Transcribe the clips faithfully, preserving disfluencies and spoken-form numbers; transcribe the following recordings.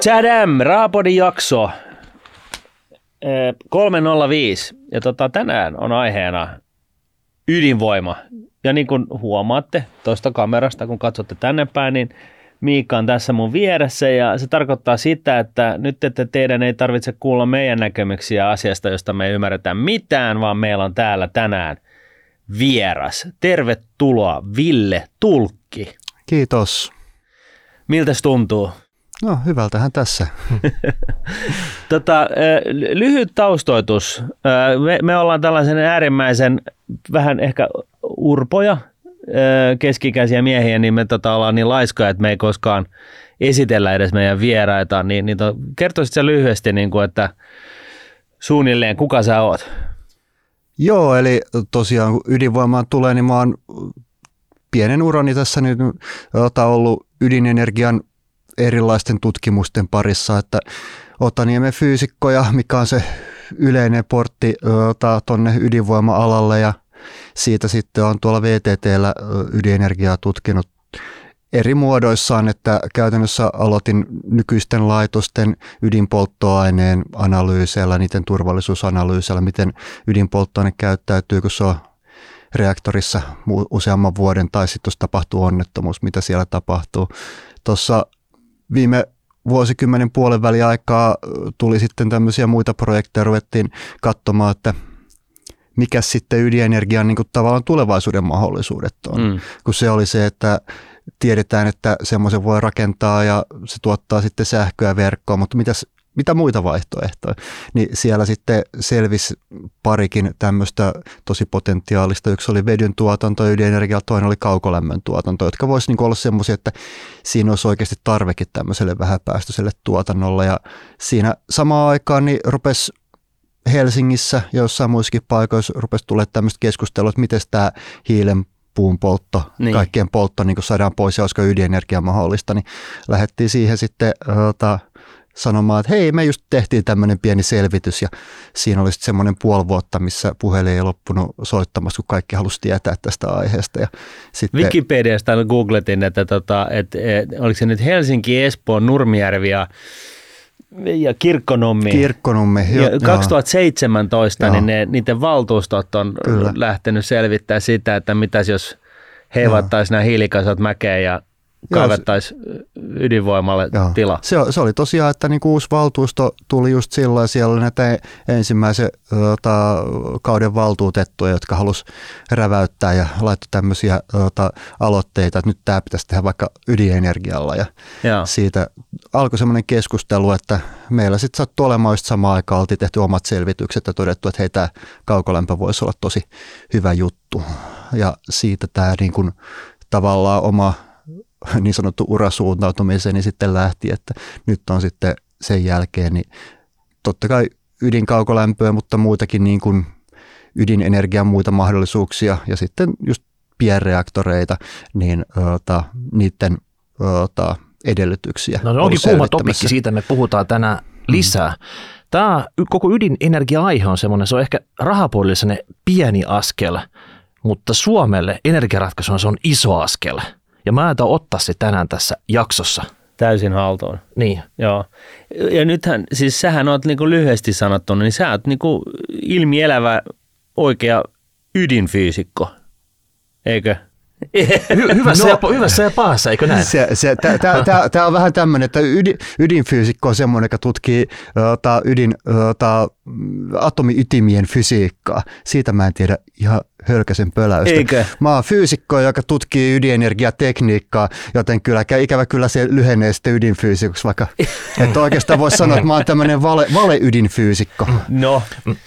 Tadam! Raapodin jakso kolme nolla viisi. Ja tota, tänään on aiheena ydinvoima. Ja niin kuin huomaatte tuosta kamerasta, kun katsotte tänne päin, niin Miikka on tässä mun vieressä. Ja se tarkoittaa sitä, että nyt että teidän ei tarvitse kuulla meidän näkemyksiä asiasta, josta me ei ymmärretä mitään, vaan meillä on täällä tänään vieras. Tervetuloa Ville Tulkki. Kiitos. Miltäs tuntuu? No hyvältähän tässä. tota, lyhyt taustoitus. Me, me ollaan tällaisen äärimmäisen vähän ehkä urpoja keski-ikäisiä miehiä, niin me tota, ollaan niin laiskoja, että me ei koskaan esitellä edes meidän vieraita. Niin, niin to, kertoisit sä lyhyesti, niin kuin, että suunnilleen kuka sä oot? Joo, eli tosiaan kun ydinvoimaan tulee, niin mä oon pienen urani tässä nyt ollut ydinenergian erilaisten tutkimusten parissa, että Otaniemen fyysikkoja, mikä on se yleinen portti tuonne ydinvoima-alalle, ja siitä sitten on tuolla V T T:llä ydinenergiaa tutkinut eri muodoissaan, että käytännössä aloitin nykyisten laitosten ydinpolttoaineen analyyseillä, niiden turvallisuusanalyyseillä, miten ydinpolttoaine käyttäytyy, kun se on reaktorissa useamman vuoden, tai sitten jos tapahtuu onnettomuus, mitä siellä tapahtuu. Tuossa viime vuosikymmenen puolen välin aikaa tuli sitten tämmöisiä muita projekteja, ruvettiin katsomaan, että mikä sitten ydinenergian niin kuin tavallaan tulevaisuuden mahdollisuudet on. Mm. Kun se oli se, että tiedetään, että semmoisen voi rakentaa ja se tuottaa sitten sähköä verkkoon, mutta mitäs, mitä muita vaihtoehtoja? Niin siellä sitten selvisi parikin tämmöistä tosi potentiaalista. Yksi oli vedyn tuotanto ydinenergialla, toinen oli kaukolämmön tuotanto, jotka voisi niin kuin olla semmoisia, että siinä olisi oikeasti tarvekin tämmöiselle vähäpäästöiselle tuotannolle. Ja siinä samaan aikaan niin rupesi Helsingissä ja jossain muissakin paikoissa rupesi tulemaan tämmöistä keskustelua, että miten tämä hiilen puun poltto, niin. kaikkien poltto niin kun saadaan pois ja olisiko ydinenergia mahdollista, niin lähdettiin siihen sitten ota, sanomaan, että hei, me just tehtiin tämmöinen pieni selvitys ja siinä oli sitten semmoinen puoli vuotta, missä puhelin ei loppunut soittamassa, kun kaikki halusi tietää tästä aiheesta. Ja sitten Wikipediasta googletin, että, tota, että, että oliko se nyt Helsinki, Espoo, Nurmijärvi ja Ja Kirkkonummi. Kirkkonummi. Jo, ja kaksituhattaseitsemäntoista niin ne, niiden valtuustot on Kyllä. lähtenyt selvittää sitä, että mitäs jos heivattaisiin nämä hiilikasat mäkeen ja kaivettaisiin ydinvoimalle Joo. tila. Se, se oli tosiaan, että niinku uusi valtuusto tuli just silloin, siellä oli näitä ensimmäisen ota, kauden valtuutettuja, jotka halusi räväyttää ja laittoi tämmöisiä ota, aloitteita, että nyt tämä pitäisi tehdä vaikka ydinenergialla. Ja Joo. siitä alkoi semmoinen keskustelu, että meillä sitten sattui olemaan just samaan aikaan, oltiin tehty omat selvitykset ja todettu, että hei, tämä kaukolämpö voisi olla tosi hyvä juttu. Ja siitä tämä niin kuin, tavallaan oma niin sanottu urasuuntautumiseen niin sitten lähti, että nyt on sitten sen jälkeen niin totta kai ydinkaukolämpöä, mutta muitakin niin kuin ydinenergian muita mahdollisuuksia ja sitten just pienreaktoreita, niin ota, niiden ota, edellytyksiä. No se onkin kuuma topikki, siitä me puhutaan tänään lisää. Tämä koko ydinenergia-aihe on semmoinen, se on ehkä rahapuolelle sellainen pieni askel, mutta Suomelle energiaratkaisuna se on iso askel. Ja mä ajattelin ottaa se tänään tässä jaksossa. Täysin haltuun. Niin. Joo. Ja nythän, siis sähän oot niinku lyhyesti sanottuna, niin sä oot niinku ilmielävä oikea ydinfyysikko, eikö? Hy- hyvässä, no, ja, hyvässä ja pahassa, eikö näin? Tämä on vähän tämmöinen, että ydin, ydinfyysikko on semmoinen, joka tutkii ota, ydin, ota, atomiytimien fysiikkaa. Siitä mä en tiedä ihan hölkäsen pöläystä. Eikö? Mä oon fyysikko, joka tutkii ydinenergiatekniikkaa, joten kyllä ikävä kyllä se lyhenee sitten ydinfyysikoksi, vaikka että oikeastaan voisi sanoa, että mä oon tämmöinen vale, vale-ydinfyysikko. No,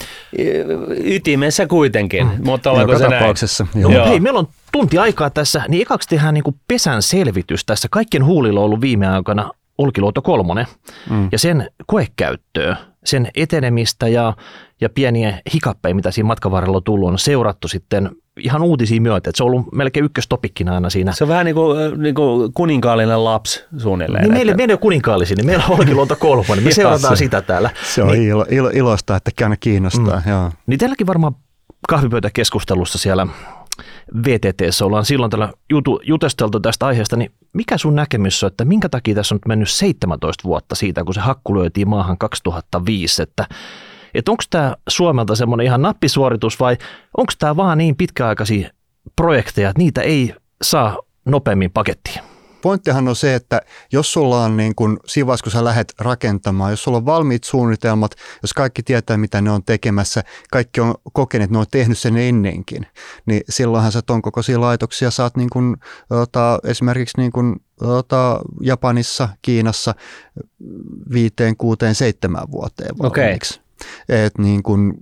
ytimessä kuitenkin, mm. mutta ollaanko se tapauksessa. Näin? Joo. Hei, meillä on tunti aikaa tässä, niin ekaksi tehdään niin kuin pesän selvitys tässä. Kaikkien huulilla on ollut viime aikoina Olkiluoto kolmonen mm. ja sen koekäyttöä, sen etenemistä ja, ja pieniä hikappeja, mitä siinä matkan varrella on tullut, on seurattu sitten ihan uutisia myötä. Se on ollut melkein ykköstopikkina aina siinä. Se on vähän niin kuin, niin kuin kuninkaallinen lapsi suunnilleen. Niin meillä, meillä ei ole kuninkaallisia, niin meillä on Olkiluoto kolmonen. Me seurataan sitä täällä. Se on niin, ilo, ilo, ilosta, että aina kiinnostaa. Mm. Joo. Niin teilläkin varmaan kahvipöytäkeskustelussa siellä V T T:ssä ollaan silloin tällä jutu, jutesteltu tästä aiheesta, niin mikä sun näkemys on, että minkä takia tässä on nyt mennyt seitsemäntoista vuotta siitä, kun se hakku lyötiin maahan kaksituhattaviisi, että, että onko tämä Suomelta semmoinen ihan nappisuoritus vai onko tämä vaan niin pitkäaikaisia projekteja, että niitä ei saa nopeammin pakettiin? Pointtihan on se, että jos sulla on niin kun, siinä vaiheessa, kun sä lähdet rakentamaan, jos sulla on valmiit suunnitelmat, jos kaikki tietää, mitä ne on tekemässä, kaikki on kokeneet, ne on tehnyt sen ennenkin, niin silloinhan sä ton kokoisia laitoksia saat niin kun, ota, esimerkiksi niin kun, ota, Japanissa, Kiinassa viiteen, kuuteen, seitsemään vuoteen valmiiksi. Okay. Et niin kun,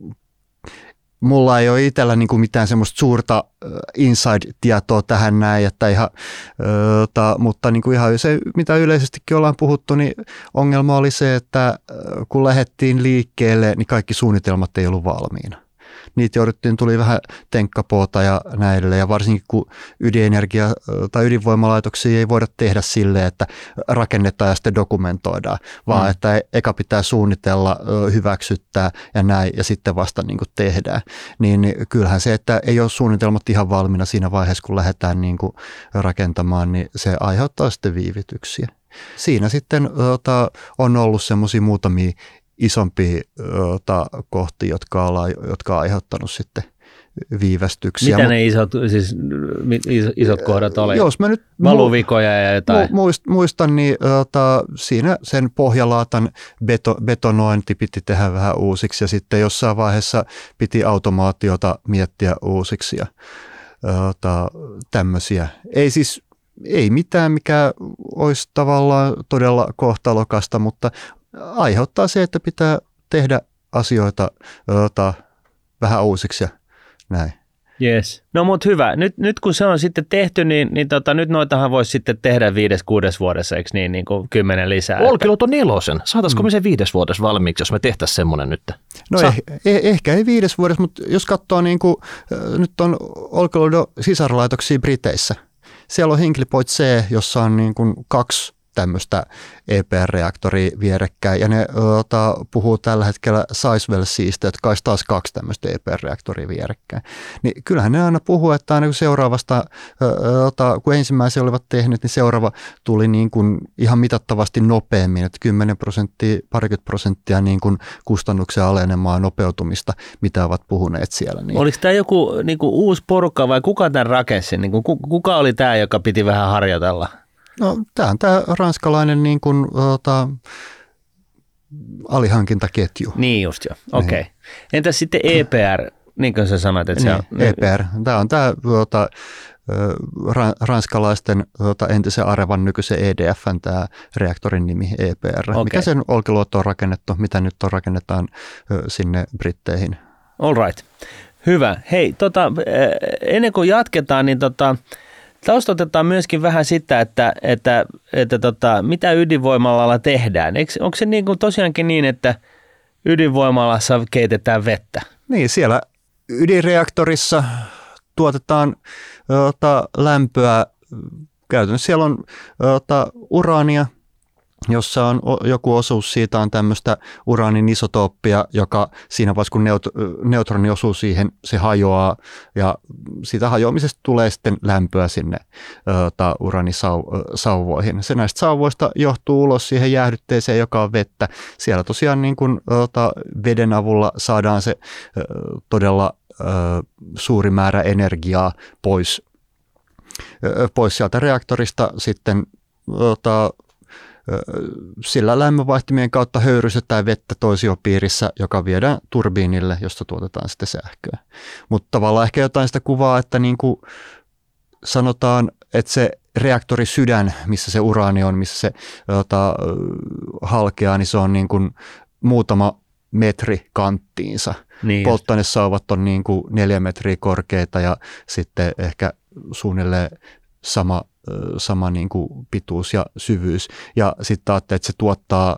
mulla ei ole itsellä niin kuin mitään semmoista suurta inside-tietoa tähän näin, että ihan, äh, mutta niin kuin ihan se, mitä yleisestikin ollaan puhuttu, niin ongelma oli se, että kun lähdettiin liikkeelle, niin kaikki suunnitelmat ei ollut valmiina. Niitä jouduttiin, tuli vähän tenkkapoota ja näille, ja varsinkin kun ydinenergia- tai ydinvoimalaitoksia ei voida tehdä silleen, että rakennetaan ja sitten dokumentoidaan, vaan mm. että eka pitää suunnitella, hyväksyttää ja näin, ja sitten vasta niin kuin tehdään. Niin kyllähän se, että ei ole suunnitelmat ihan valmiina siinä vaiheessa, kun lähdetään niin kuin rakentamaan, niin se aiheuttaa sitten viivytyksiä. Siinä sitten ota, on ollut semmoisia muutamia isompia ota, kohtia, jotka, ollaan, jotka on aiheuttanut sitten viivästyksiä. Mitä ne isot, siis, isot kohdat oli? Jos mä nyt valuvikoja ja jotain? Muistan, niin ota, siinä sen pohjalaatan beto, betonointi piti tehdä vähän uusiksi ja sitten jossain vaiheessa piti automaatiota miettiä uusiksi ja ota, tämmöisiä. Ei siis ei mitään, mikä olisi tavallaan todella kohtalokasta, mutta aiheuttaa se, että pitää tehdä asioita ota, vähän uusiksi ja näin. Yes. No mutta hyvä. Nyt, nyt kun se on sitten tehty, niin, niin tota, nyt noitahan voisi sitten tehdä viides, kuudes vuodessa, eikö niin, niin kuin kymmenen lisää? Olkiluoto nelosen. Saataisiko mm. me sen viides vuodessa valmiiksi, jos me tehtäisiin semmoinen nyt? No eh, eh, ehkä ei viides vuodessa, mutta jos katsoo, niin kuin, nyt on Olkiluodon sisarlaitoksia Briteissä. Siellä on Hinkley Point C, jossa on niin kuin kaksi tämmöistä E P R-reaktoria vierekkäin, ja ne ota, puhuu tällä hetkellä Sizewell C:stä, jotka olisi taas kaksi tämmöistä E P R-reaktoria vierekkäin. Niin kyllähän ne aina puhuu, että aina kun seuraavasta, ota, kun ensimmäisiä olivat tehneet, niin seuraava tuli niin kuin ihan mitattavasti nopeammin, että kymmenen prosenttia, parikymmentä prosenttia niin kuin kustannuksia alenemaa nopeutumista, mitä ovat puhuneet siellä. Niin. Oliko tämä joku niin kuin uusi porukka vai kuka tämän rakensi? Niin kuin, kuka oli tämä, joka piti vähän harjoitella? No, tämä on tämä ranskalainen niin kuin, ota, alihankintaketju. Niin just jo, okei. Okay. Entäs sitten E P R, niin kuin sä sanoit, että niin, se on? E P R, tämä on tämä ota, ranskalaisten ota, entisen Arevan nykyisen E D F:n tämä reaktorin nimi E P R, okay. Mikä sen Olkiluoto on rakennettu, mitä nyt on rakennetaan sinne Britteihin. All right, hyvä. Hei, tota, ennen kuin jatketaan, niin tota, taustotetaan myöskin vähän sitä, että, että, että tota, mitä ydinvoimalalla tehdään. Eikö, onko se niin kuin tosiaankin niin, että ydinvoimalassa keitetään vettä? Niin, siellä ydinreaktorissa tuotetaan ota, lämpöä. Käytännössä siellä on ota, uraania, jossa on joku osuus siitä on tämmöistä uraanin isotooppia, joka siinä vaiheessa kun neut- neutroni osuu siihen, se hajoaa ja siitä hajoamisesta tulee sitten lämpöä sinne ota, uraanisauvoihin. Se näistä sauvoista johtuu ulos siihen jäähdytteeseen, joka on vettä. Siellä tosiaan niin kuin, ota, veden avulla saadaan se ö, todella ö, suuri määrä energiaa pois, ö, pois sieltä reaktorista sitten ota, sillä lämmönvaihtimien kautta höyrystetään vettä toisiopiirissä, joka viedään turbiinille, josta tuotetaan sitten sähköä. Mutta tavallaan ehkä jotain sitä kuvaa, että niin kuin sanotaan, että se reaktori sydän, missä se uraani on, missä se jota, halkeaa, niin se on niin kuin muutama metri kanttiinsa. Niin. Polttoainesauvat on niin kuin neljä metriä korkeita ja sitten ehkä suunnilleen sama sama niin kuin pituus ja syvyys. Ja sitten ajattelee, että se tuottaa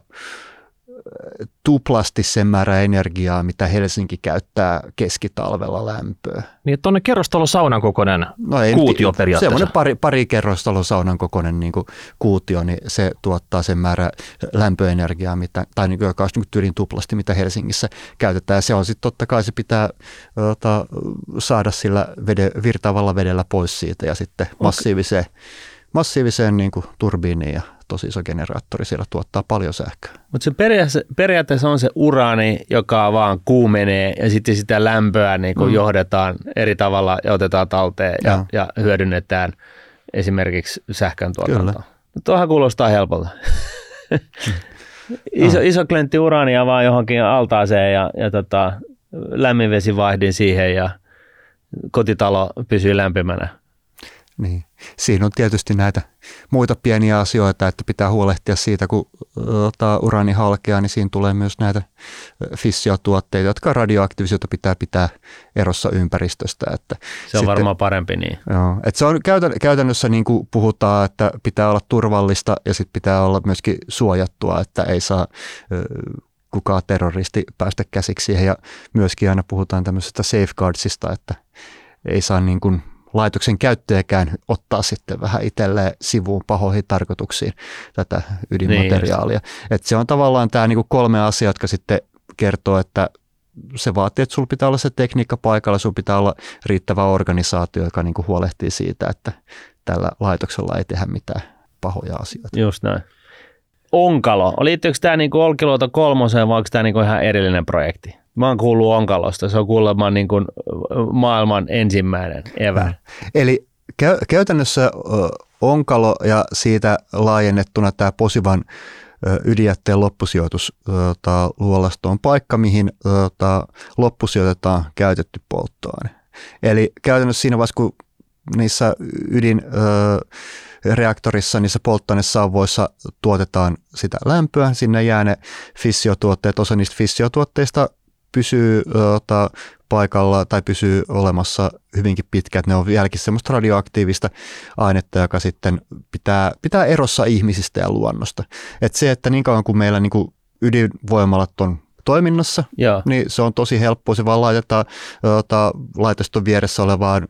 tuplasti sen määrä energiaa, mitä Helsinki käyttää keskitalvella lämpöä. Niin, tuonne kerrostalosaunan kokoinen no kuutio periaatteessa. Semmoinen pari, pari kerrostalosaunan kokoinen niin kuin kuutio, niin se tuottaa sen määrä lämpöenergiaa, mitä, tai niin kuin, joka olisi niin tyylin tuplasti, mitä Helsingissä käytetään. Se on sitten totta kai, se pitää ota, saada sillä vede, virtaavalla vedellä pois siitä ja sitten massiiviseen massiiviseen niin kuin turbiiniin ja tosi iso generaattori siellä tuottaa paljon sähköä. Mutta se periaatteessa, periaatteessa on se uraani, joka vaan kuumenee ja sitten sitä lämpöä niin kun mm. johdetaan eri tavalla ja otetaan talteen ja, ja. ja hyödynnetään esimerkiksi sähkön tuotantoa. Tuohan kuulostaa helpolta. iso, iso klentti uraania vaan johonkin altaaseen ja, ja tota, lämminvesivaihdin siihen ja kotitalo pysyy lämpimänä. Niin. Siinä on tietysti näitä muita pieniä asioita, että pitää huolehtia siitä, kun ota, uraani halkeaa, niin siinä tulee myös näitä fissiotuotteita, jotka radioaktiivisuutta pitää pitää erossa ympäristöstä. Että se on sitten, varmaan parempi niin. Joo, että se on käytännössä niin kuin puhutaan, että pitää olla turvallista ja sitten pitää olla myöskin suojattua, että ei saa kukaan terroristi päästä käsiksi siihen. Ja myöskin aina puhutaan tämmöisestä safeguardsista, että ei saa niin kuin laitoksen käyttäjäkään ottaa sitten vähän itselleen sivuun pahoihin tarkoituksiin tätä ydinmateriaalia. Niin että se on tavallaan tämä niinku kolme asiaa, jotka sitten kertoo, että se vaatii, että sulla pitää olla se tekniikka paikalla, sulla pitää olla riittävä organisaatio, joka niinku huolehtii siitä, että tällä laitoksella ei tehdä mitään pahoja asioita. Just näin. Onkalo. Liittyykö tämä niinku Olkiluoto kolmoseen vai onko tämä niinku ihan erillinen projekti? Mä oon kuullut Onkalosta. Se on kuulemma niin kuin maailman ensimmäinen evä. Eli käy, käytännössä Onkalo ja siitä laajennettuna tämä Posivan ydinjätteen loppusijoitus luolasto on paikka, mihin loppusijoitetaan käytetty polttoaine. Eli käytännössä siinä vaiheessa, kun niissä ydinreaktorissa, niissä polttoainesauvoissa tuotetaan sitä lämpöä, sinne jää ne fissiotuotteet, osa niistä fissiotuotteista pysyy ota, paikalla tai pysyy olemassa hyvinkin pitkään, että ne on vieläkin semmoista radioaktiivista ainetta, joka sitten pitää, pitää erossa ihmisistä ja luonnosta. Et se, että niin kauan kuin meillä niin kuin ydinvoimalat on toiminnassa, Joo. niin se on tosi helppoa. Se vaan laitetaan ota, laitoston vieressä olevaan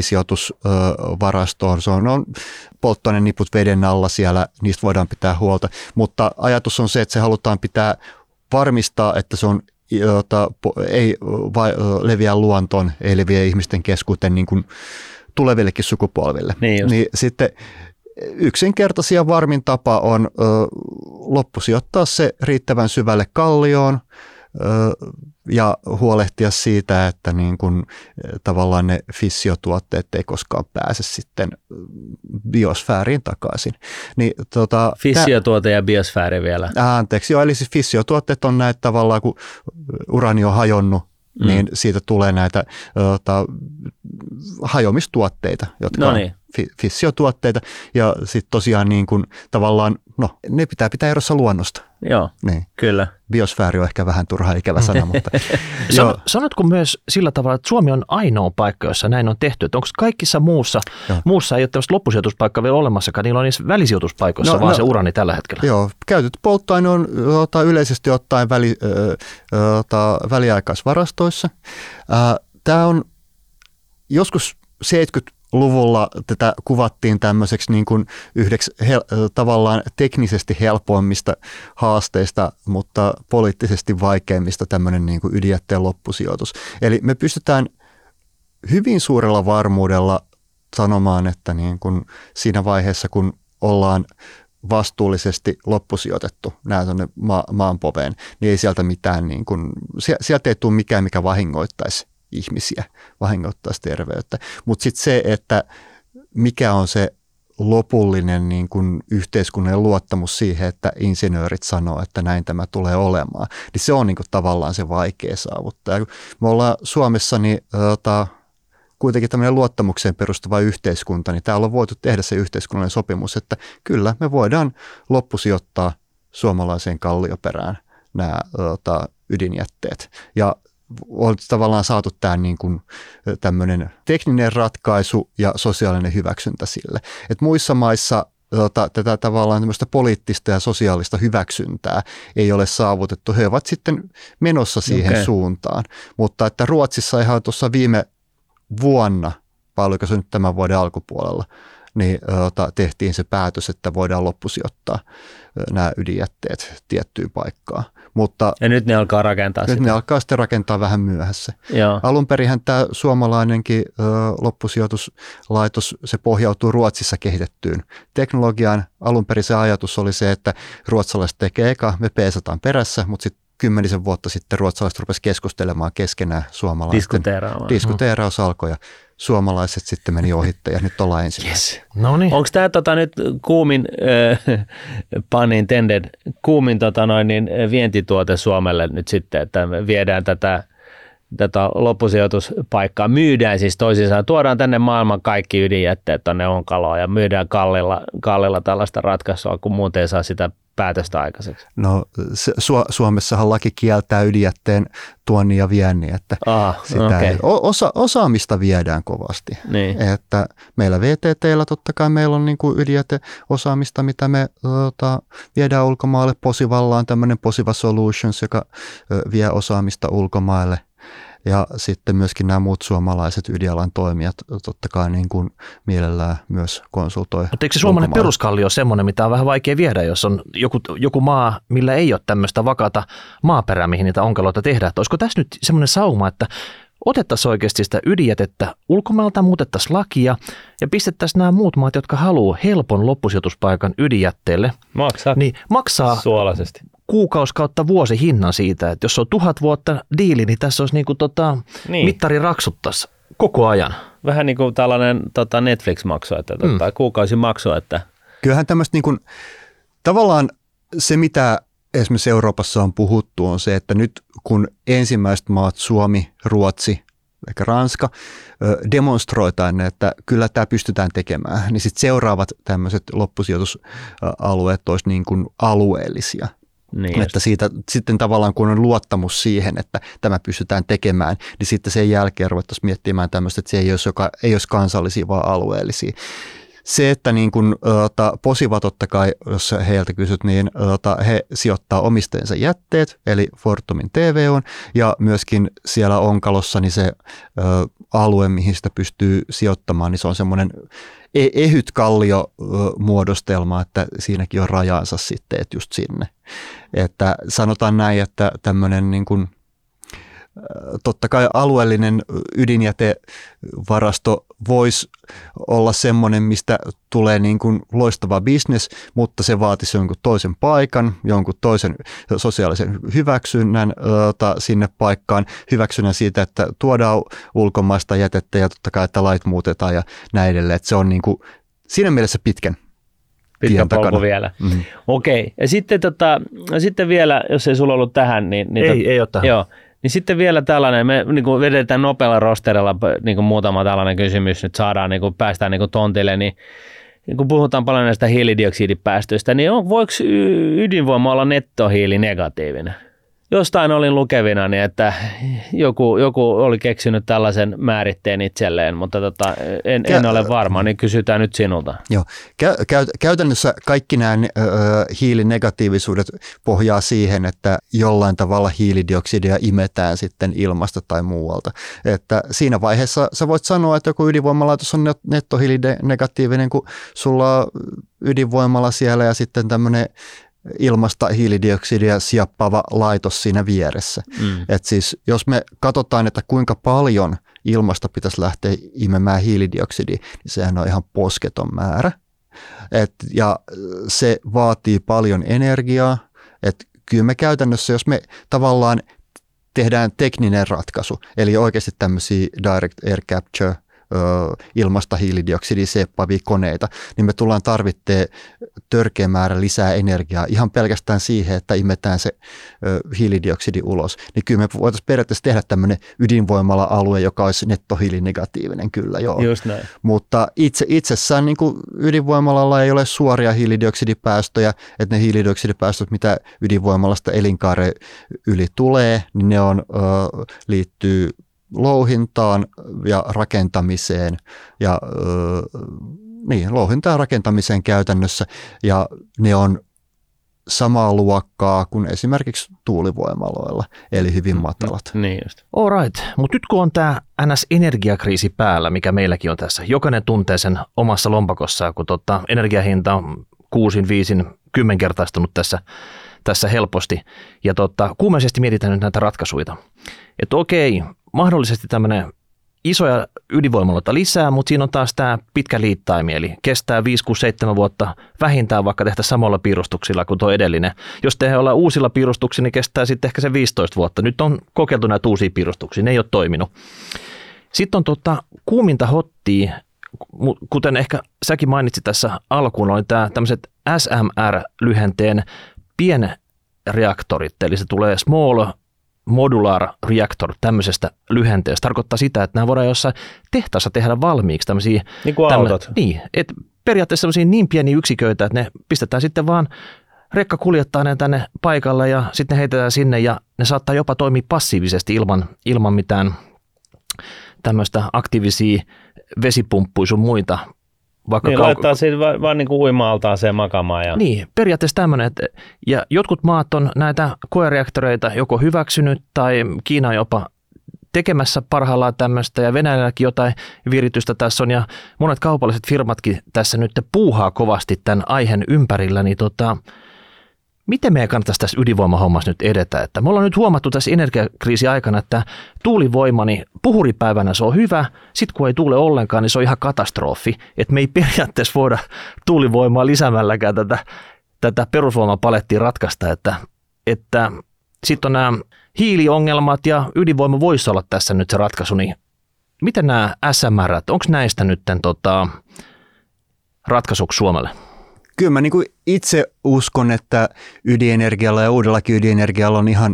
välisijoitusvarastoon. Se on, on polttoaineniput veden alla siellä, niistä voidaan pitää huolta. Mutta ajatus on se, että se halutaan pitää varmistaa, että se on jota ei vai, leviä luontoon, ei leviä ihmisten keskuuteen niin kuin tulevillekin sukupolville. Niin niin sitten yksinkertaisia varmin tapa on ö, loppusijoittaa se riittävän syvälle kallioon ö, ja huolehtia siitä, että niin kuin, tavallaan ne fissiotuotteet ei koskaan pääse sitten biosfääriin takaisin. Niin, tota, Fissiotuote tä- ja biosfääri vielä. Anteeksi, joo, eli siis fissiotuotteet on näitä tavallaan, kun uraani on hajonnut, mm. niin siitä tulee näitä ota, hajomistuotteita, jotka no niin. on fi- fissiotuotteita. Ja sitten tosiaan niin kuin, tavallaan, no, ne pitää pitää erossa luonnosta. Joo, niin. Kyllä. Biosfääri on ehkä vähän turha ikävä sana, mutta... San, sanotko myös sillä tavalla, että Suomi on ainoa paikka, jossa näin on tehty? Että onko kaikissa muussa, muussa ei ole tämmöistä loppusijoituspaikkaa vielä olemassakaan, niillä on niissä välisijoituspaikoissa no, vaan no, se urani tällä hetkellä? Joo, käytetty polttoaine on ota, yleisesti ottaen väli, ota, väliaikaisvarastoissa. Tämä on joskus seitsemänkymmentäluvulla tätä kuvattiin tämmöiseksi niin kuin yhdeksi hel- tavallaan teknisesti helpoimmista haasteista, mutta poliittisesti vaikeimmista tämmöinen niin kuin ydinjätteen loppusijoitus. Eli me pystytään hyvin suurella varmuudella sanomaan, että niin kuin siinä vaiheessa, kun ollaan vastuullisesti loppusijoitettu nämä tuonne ma- maanpoveen, niin ei sieltä mitään, niin kuin, sieltä ei tule mikään, mikä vahingoittaisi ihmisiä, vahingoittaisi terveyttä. Mutta sitten se, että mikä on se lopullinen niin kun yhteiskunnan luottamus siihen, että insinöörit sanoo, että näin tämä tulee olemaan, niin se on niin kun tavallaan se vaikea saavuttaa. Me ollaan Suomessa niin, ota, kuitenkin tämmöinen luottamukseen perustuva yhteiskunta, niin täällä on voitu tehdä se yhteiskunnallinen sopimus, että kyllä me voidaan loppusijoittaa suomalaiseen kallioperään nämä ota, ydinjätteet. Ja on tavallaan saatu tämä niin kuin tämmöinen tekninen ratkaisu ja sosiaalinen hyväksyntä sille. Et muissa maissa tota, tätä tavallaan tämmöistä poliittista ja sosiaalista hyväksyntää ei ole saavutettu. He ovat sitten menossa siihen okay. suuntaan. Mutta että Ruotsissa ihan tuossa viime vuonna, vai oliko se nyt tämän vuoden alkupuolella, niin tota, tehtiin se päätös, että voidaan loppusijoittaa nämä ydinjätteet tiettyyn paikkaan. Mutta ja nyt ne alkaa rakentaa nyt sitä. ne alkaa sitten rakentaa vähän myöhässä. Joo. Alun perinhän tämä suomalainenkin ö, loppusijoituslaitos, se pohjautuu Ruotsissa kehitettyyn teknologiaan. Alun perin se ajatus oli se, että ruotsalaiset tekee eka, me peesataan perässä, mutta sitten kymmenisen vuotta sitten ruotsalaiset rupesivat keskustelemaan keskenään suomalaisten. Diskuteeraamaan. Diskuteeraus alkoi ja suomalaiset sitten meni ohitte ja nyt ollaan ensimmäisiä. Yes. No niin. Onko tämä tota, nyt kuumin, äh, pun intended, kuumin tota, noin, niin, vientituote Suomelle nyt sitten, että me viedään tätä, tätä loppusijoituspaikkaa, myydään siis toisin sanoen, tuodaan tänne maailman kaikki ydinjätteet tuonne Onkaloon ja myydään kallilla, kallilla tällaista ratkaisua, kun muuten ei saa sitä päätöstä aikaiseksi. No Su- Suomessahan laki kieltää ydinjätteen tuonnin ja viennin, että Aha, sitä okay. ei, osa, osaamista viedään kovasti. Niin. Että meillä V T T:llä totta kai meillä on niin kuin ydinjäteosaamista, mitä me tota, viedään ulkomaalle. Posivalla on tämmöinen Posiva Solutions, joka ö, vie osaamista ulkomaille. Ja sitten myöskin nämä muut suomalaiset ydinalan toimijat totta kai niin kuin mielellään myös konsultoi. Mutta eikö se suomalainen peruskallio ole semmoinen, mitä on vähän vaikea viedä, jos on joku, joku maa, millä ei ole tämmöistä vakaata maaperää, mihin niitä onkaloita tehdään. Että olisiko tässä nyt semmoinen sauma, että otettaisiin oikeasti sitä ydinjätettä ulkomailta, muutettaisiin lakia ja pistettäisiin nämä muut maat, jotka haluaa helpon loppusijoituspaikan ydinjätteelle, Maksaa niin maksaa suolaisesti. Kuukausi kautta vuosi hinnan siitä, että jos on tuhat vuotta diili, niin tässä olisi niinku tota, Niin. mittari raksuttaisi koko ajan. Vähän niin kuin tällainen tota Netflix-maksu, että, mm. tota, kuukausimaksu. Että. Kyllähän tämmöistä niin kuin, tavallaan se, mitä esimerkiksi Euroopassa on puhuttu, on se, että nyt kun ensimmäiset maat, Suomi, Ruotsi, ehkä Ranska, demonstroi tänne, että kyllä tämä pystytään tekemään, niin sitten seuraavat tämmöiset loppusijoitusalueet olisi niin kuin alueellisia. Niin että siitä, sitten tavallaan kun on luottamus siihen, että tämä pystytään tekemään, niin sitten sen jälkeen ruvettaisiin miettimään tämmöistä, että se ei olisi, joka, ei olisi kansallisia, vaan alueellisia. Se, että niin kun, ota, Posiva totta kai, jos heiltä kysyt, niin ota, he sijoittaa omistajansa jätteet, eli Fortumin T V on, ja myöskin siellä Onkalossa niin se ö, alue, mihin sitä pystyy sijoittamaan, niin se on semmoinen ehyt kalliomuodostelma, että siinäkin on rajansa sitten, että just sinne. Että sanotaan näin, että tämmöinen niin kuin, totta kai alueellinen ydinjätevarasto voisi olla semmoinen, mistä tulee niin kuin loistava bisnes, mutta se vaatisi jonkun toisen paikan, jonkun toisen sosiaalisen hyväksynnän ota, sinne paikkaan, hyväksynnän siitä, että tuodaan ulkomaista jätettä ja totta kai, että lait muutetaan ja näin edelleen. Että se on niin kuin siinä mielessä pitkän. Pitkä polku vielä. Mm-hmm. Okei. Ja sitten, tota, sitten vielä, jos ei sulla ollut tähän, niin... niin ei, tot, ei ole tähän. Joo. Niin sitten vielä tällainen, me niin kuin vedetään nopealla rosterilla niin kuin muutama tällainen kysymys, nyt saadaan, niin kuin päästään niin kuin tontille, niin, niin kun puhutaan paljon näistä hiilidioksidipäästöistä, niin on, voiko ydinvoima olla nettohiilinegatiivinen? Jostain olin lukevina, niin että joku, joku oli keksinyt tällaisen määritteen itselleen, mutta tota, en, en ole varma, niin kysytään nyt sinulta. Joo. Kä- käy- käytännössä kaikki nämä ö, hiilinegatiivisuudet pohjaa siihen, että jollain tavalla hiilidioksidia imetään sitten ilmasta tai muualta. Että siinä vaiheessa sä voit sanoa, että joku ydinvoimalaitos on nettohiilinegatiivinen, kun sulla on ydinvoimala siellä ja sitten tämmöinen ilmasta hiilidioksidia siappaava laitos siinä vieressä. Mm. Et siis jos me katsotaan, että kuinka paljon ilmasta pitäisi lähteä imemään hiilidioksidia, niin sehän on ihan posketon määrä. Et, ja se vaatii paljon energiaa. Et kyllä me käytännössä, jos me tavallaan tehdään tekninen ratkaisu, eli oikeasti tämmöisiä direct air capture, ilmasta hiilidioksidia seppavia koneita, niin me tullaan tarvitteen törkeä määrä lisää energiaa ihan pelkästään siihen, että imetään se hiilidioksidi ulos. Niin kyllä me voitaisiin periaatteessa tehdä tämmöinen ydinvoimala-alue, joka olisi nettohiilinegatiivinen, kyllä joo. Just näin. Mutta itse, itsessään niin kuin ydinvoimalalla ei ole suoria hiilidioksidipäästöjä, että ne hiilidioksidipäästöt, mitä ydinvoimalasta elinkaaren yli tulee, niin ne on, ö, liittyy louhintaan ja rakentamiseen ja öö, niin, louhintaan ja rakentamiseen käytännössä ja ne on samaa luokkaa kuin esimerkiksi tuulivoimaloilla, eli hyvin matalat. Niin just. All right, mutta nyt kun on tämä N S-energiakriisi päällä, mikä meilläkin on tässä, jokainen tuntee sen omassa lompakossaan, kun tota, energiahinta on kuusin, viisin kymmenkertaistunut tässä, tässä helposti. Ja tota, kuumeisesti mietitään nyt näitä ratkaisuja. Että okei, mahdollisesti tämmöinen isoja ydinvoimaloita lisää, mutta siinä on taas tämä pitkä liittaimi, eli kestää viisi, kuusi, seitsemän vuotta vähintään, vaikka tehtäisiin samalla piirustuksilla kuin tuo edellinen. Jos tehdään olla uusilla piirustuksilla, niin kestää sitten ehkä se viisitoista vuotta. Nyt on kokeiltu näitä uusia piirustuksia, ne ei ole toiminut. Sitten on tota, kuuminta hottia, kuten ehkä säkin mainitsit tässä alkuun, oli tämä tämmöiset S M R-lyhenteen pienreaktorit, eli se tulee Small Modular Reactor tämmöisestä lyhenteestä. Tarkoittaa sitä, että nämä voidaan jossain tehtaassa tehdä valmiiksi tämmöisiä. Niin kuin tämmö- autot. Niin, että periaatteessa sellaisia niin pieniä yksiköitä, että ne pistetään sitten vaan, rekka kuljettaa ne tänne paikalle ja sitten ne heitetään sinne ja ne saattaa jopa toimia passiivisesti ilman, ilman mitään tämmöistä aktiivisia vesipumppuja sun muita. Vaikka niin, kau- laittaa siitä vaan, vaan niin kuin uima-altaaseen makaamaan. Ja... Niin, periaatteessa tämmöinen. Että, ja jotkut maat on näitä koereaktoreita joko hyväksynyt tai Kiina on jopa tekemässä parhaillaan tämmöistä ja Venäjälläkin jotain viritystä tässä on ja monet kaupalliset firmatkin tässä nyt puuhaa kovasti tämän aiheen ympärillä, niin tota, miten meidän kannattaisi tässä ydinvoimahommassa nyt edetä? Että me ollaan nyt huomattu tässä energiakriisin aikana, että tuulivoima, niin puhuripäivänä se on hyvä, sitten kun ei tuule ollenkaan, niin se on ihan katastrofi. Että me ei periaatteessa voida tuulivoimaa lisäämälläkään tätä, tätä perusvoimapalettia ratkaista. Että, että sitten on nämä hiiliongelmat ja ydinvoima voisi olla tässä nyt se ratkaisu. Niin miten nämä S M R, onko näistä nyt tota, ratkaisuksi Suomelle? Kyllä mä niin kuin itse uskon, että ydinenergialla ja uudellakin ydinenergialla on ihan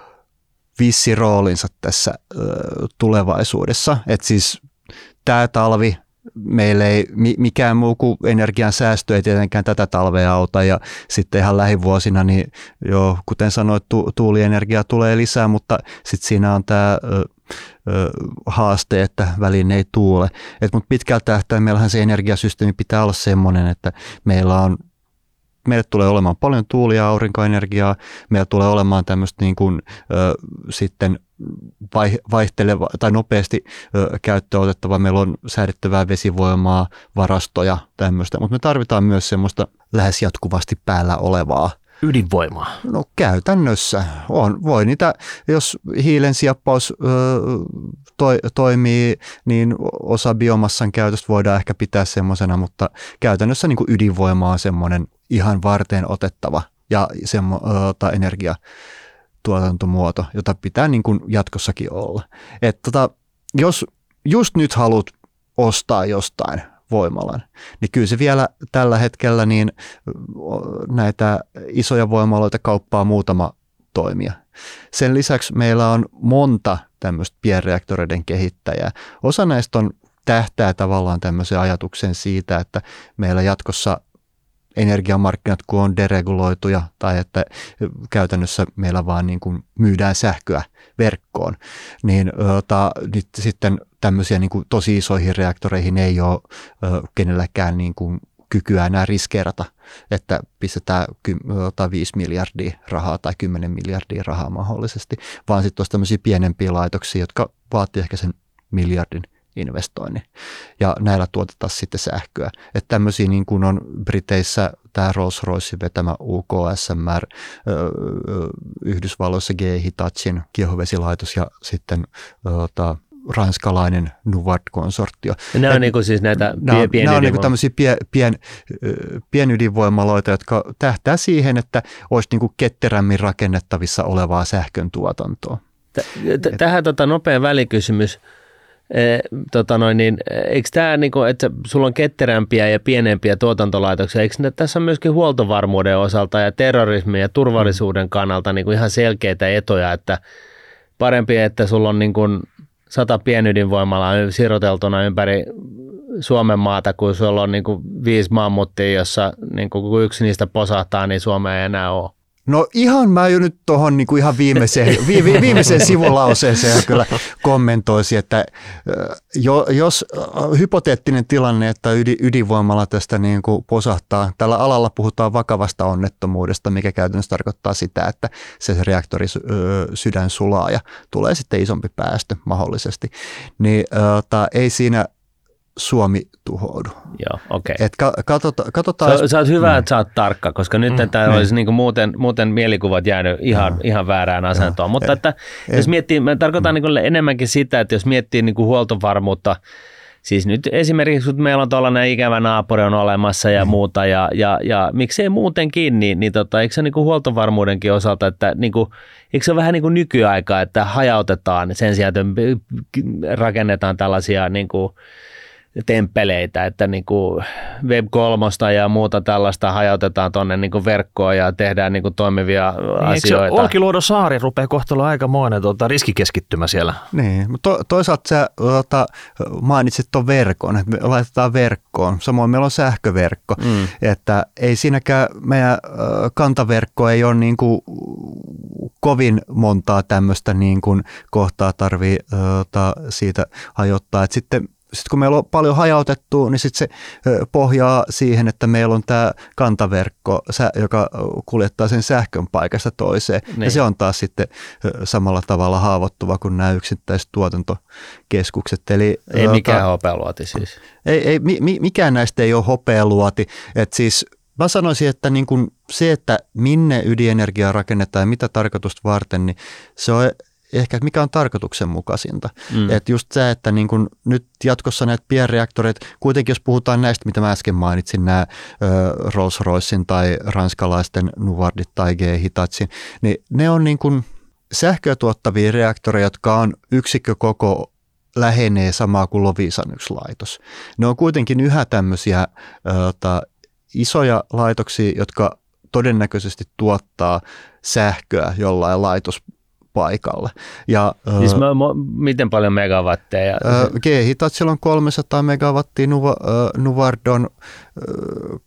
vissi roolinsa tässä ö, tulevaisuudessa. Että siis tämä talvi meillä ei mikään muu kuin energian säästö ei tietenkään tätä talvea auta ja sitten ihan lähivuosina, niin joo, kuten sanoit, tu- tuulienergiaa tulee lisää, mutta sitten siinä on tämä ö, ö, haaste, että väliin ei tuule. Mutta pitkällä tähtäimellä se energiasysteemi pitää olla semmoinen, että meillä on Meille tulee olemaan paljon tuuli- ja aurinkoenergiaa, meillä tulee olemaan tämmöistä niin kuin, ö, sitten vaihteleva tai nopeasti ö, käyttöön otettava. Meillä on säädettävää vesivoimaa, varastoja, tämmöistä, mutta me tarvitaan myös semmoista lähes jatkuvasti päällä olevaa ydinvoimaa. No käytännössä on. Voi niitä, jos hiilen siappaus ö, toi, toimii, niin osa biomassan käytöstä voidaan ehkä pitää semmoisena, mutta käytännössä niin kuin ydinvoima on semmoinen ihan varteen otettava ja semmoinen energiatuotantomuoto, jota pitää niin kuin jatkossakin olla. Et tota, jos just nyt haluat ostaa jostain voimalan, niin kyllä se vielä tällä hetkellä niin näitä isoja voimaloita kauppaa muutama toimija. Sen lisäksi meillä on monta tämmöistä pienreaktoreiden kehittäjää. Osa näistä on tähtää tavallaan tämmöisen ajatuksen siitä, että meillä jatkossa energiamarkkinat kun on dereguloituja tai että käytännössä meillä vaan niin kuin myydään sähköä verkkoon, niin ota, nyt sitten tämmöisiä niin kuin tosi isoihin reaktoreihin ei ole ö, kenelläkään niin kuin kykyä enää riskeerata, että pistetään viisi miljardia rahaa tai kymmenen miljardia rahaa mahdollisesti, vaan sitten olisi tämmöisiä pienempiä laitoksia, jotka vaatii ehkä sen miljardin investoinnin. Ja näillä tuotetaan sitten sähköä. Että tämmöisiä niin kuin on Briteissä tämä Rolls-Royce vetämä U K S M R, Yhdysvalloissa G E Hitachin kiehuvesilaitos ja sitten ota, ranskalainen Nuvard-konsortio. Ja nämä on niin kuin siis näitä nämä, pien, nämä on niin kuin tämmöisiä pien, pien, pienydinvoimaloita, jotka tähtää siihen, että olisi niin kuin ketterämmin rakennettavissa olevaa sähkön tuotantoa. T- tähän tota, nopea välikysymys. E, tota noin, niin, eikö tämä, niin kuin, että sulla on ketterämpiä ja pienempiä tuotantolaitoksia, eikö ne, tässä on myöskin huoltovarmuuden osalta ja terrorismin ja turvallisuuden kannalta niin kuin ihan selkeitä etuja, että parempi, että sulla on niin kuin sata pienydinvoimalaa siroteltuna ympäri Suomen maata, kun sulla on niin kuin viisi mammuttia, jossa niin kuin, kun yksi niistä posahtaa, niin Suomea ei enää ole. No ihan mä jo nyt tuohon niin ihan viimeiseen, vi, vi, viimeiseen sivulauseeseen kyllä kommentoisin, että jo, jos hypoteettinen tilanne, että ydinvoimalla tästä niin kuin posahtaa, tällä alalla puhutaan vakavasta onnettomuudesta, mikä käytännössä tarkoittaa sitä, että se reaktori sydän sulaa ja tulee sitten isompi päästö mahdollisesti, niin ota, ei siinä Suomi tuhoudu. Joo, okei. Okay. Katsota, katsotaan. Sä, sä oot hyvä, mm. että sä oot tarkka, koska nyt mm. tämä olisi niinku muuten, muuten mielikuvat jäänyt ihan, mm. ihan väärään asentoon. Mutta että, e, jos miettii, mä tarkoitan mm. niin enemmänkin sitä, että jos miettii niin kuin huoltovarmuutta, siis nyt esimerkiksi kun meillä on tuollainen ikävä naapuri on olemassa ja mm. muuta, ja, ja, ja miksei muutenkin, niin, niin tota, eikö se niin kuin huoltovarmuudenkin osalta, että niin kuin, eikö se ole vähän niin kuin nykyaikaa, että hajautetaan sen sijaan, että rakennetaan tällaisia niin kuin temppeleitä, että niin kuin web kolme ja muuta tällaista hajautetaan tuonne niin kuin verkkoon ja tehdään niin kuin toimivia niin, asioita. Eikö Olkiluodon saari rupeaa kohta olla aikamoinen tuota, riskikeskittymä siellä? Niin, mutta to, toisaalta sä tuota, mainitsit tuon verkon, että me laitetaan verkkoon. Samoin meillä on sähköverkko, mm. että ei siinäkään meidän kantaverkko ei ole niin kuin kovin montaa tämmöistä niin kuin kohtaa tarvii tuota, siitä hajottaa, että sitten Sitten kun meillä on paljon hajautettua, niin sitten se pohjaa siihen, että meillä on tämä kantaverkko, joka kuljettaa sen sähkön paikasta toiseen. Niin. Ja se on taas sitten samalla tavalla haavoittuva kuin nämä yksittäiset tuotantokeskukset. Eli, ei mikään hopealuoti siis. Ei, ei, mikään näistä ei ole hopealuoti. Et siis mä sanoisin, että niin kun se, että minne ydinenergiaa rakennetaan ja mitä tarkoitusta varten, niin se on ehkä, että mikä on tarkoituksenmukaisinta. Mm. Että just se, että niin kun nyt jatkossa näitä pienreaktoreita, kuitenkin jos puhutaan näistä, mitä mä äsken mainitsin, nämä Rolls-Roycen tai ranskalaisten Nuvardit tai G E Hitachin, niin ne on niin kun sähköä tuottavia reaktoreja, jotka on yksikkökoko lähenee samaa kuin Loviisan yksi laitos. Ne on kuitenkin yhä tämmöisiä ota, isoja laitoksia, jotka todennäköisesti tuottaa sähköä jollain laitos paikalle. Ja, siis mä, mä, miten paljon megawatteja? G E Hitachilla on kolmesataa megawattia, Nuva, äh, Nuvard on äh,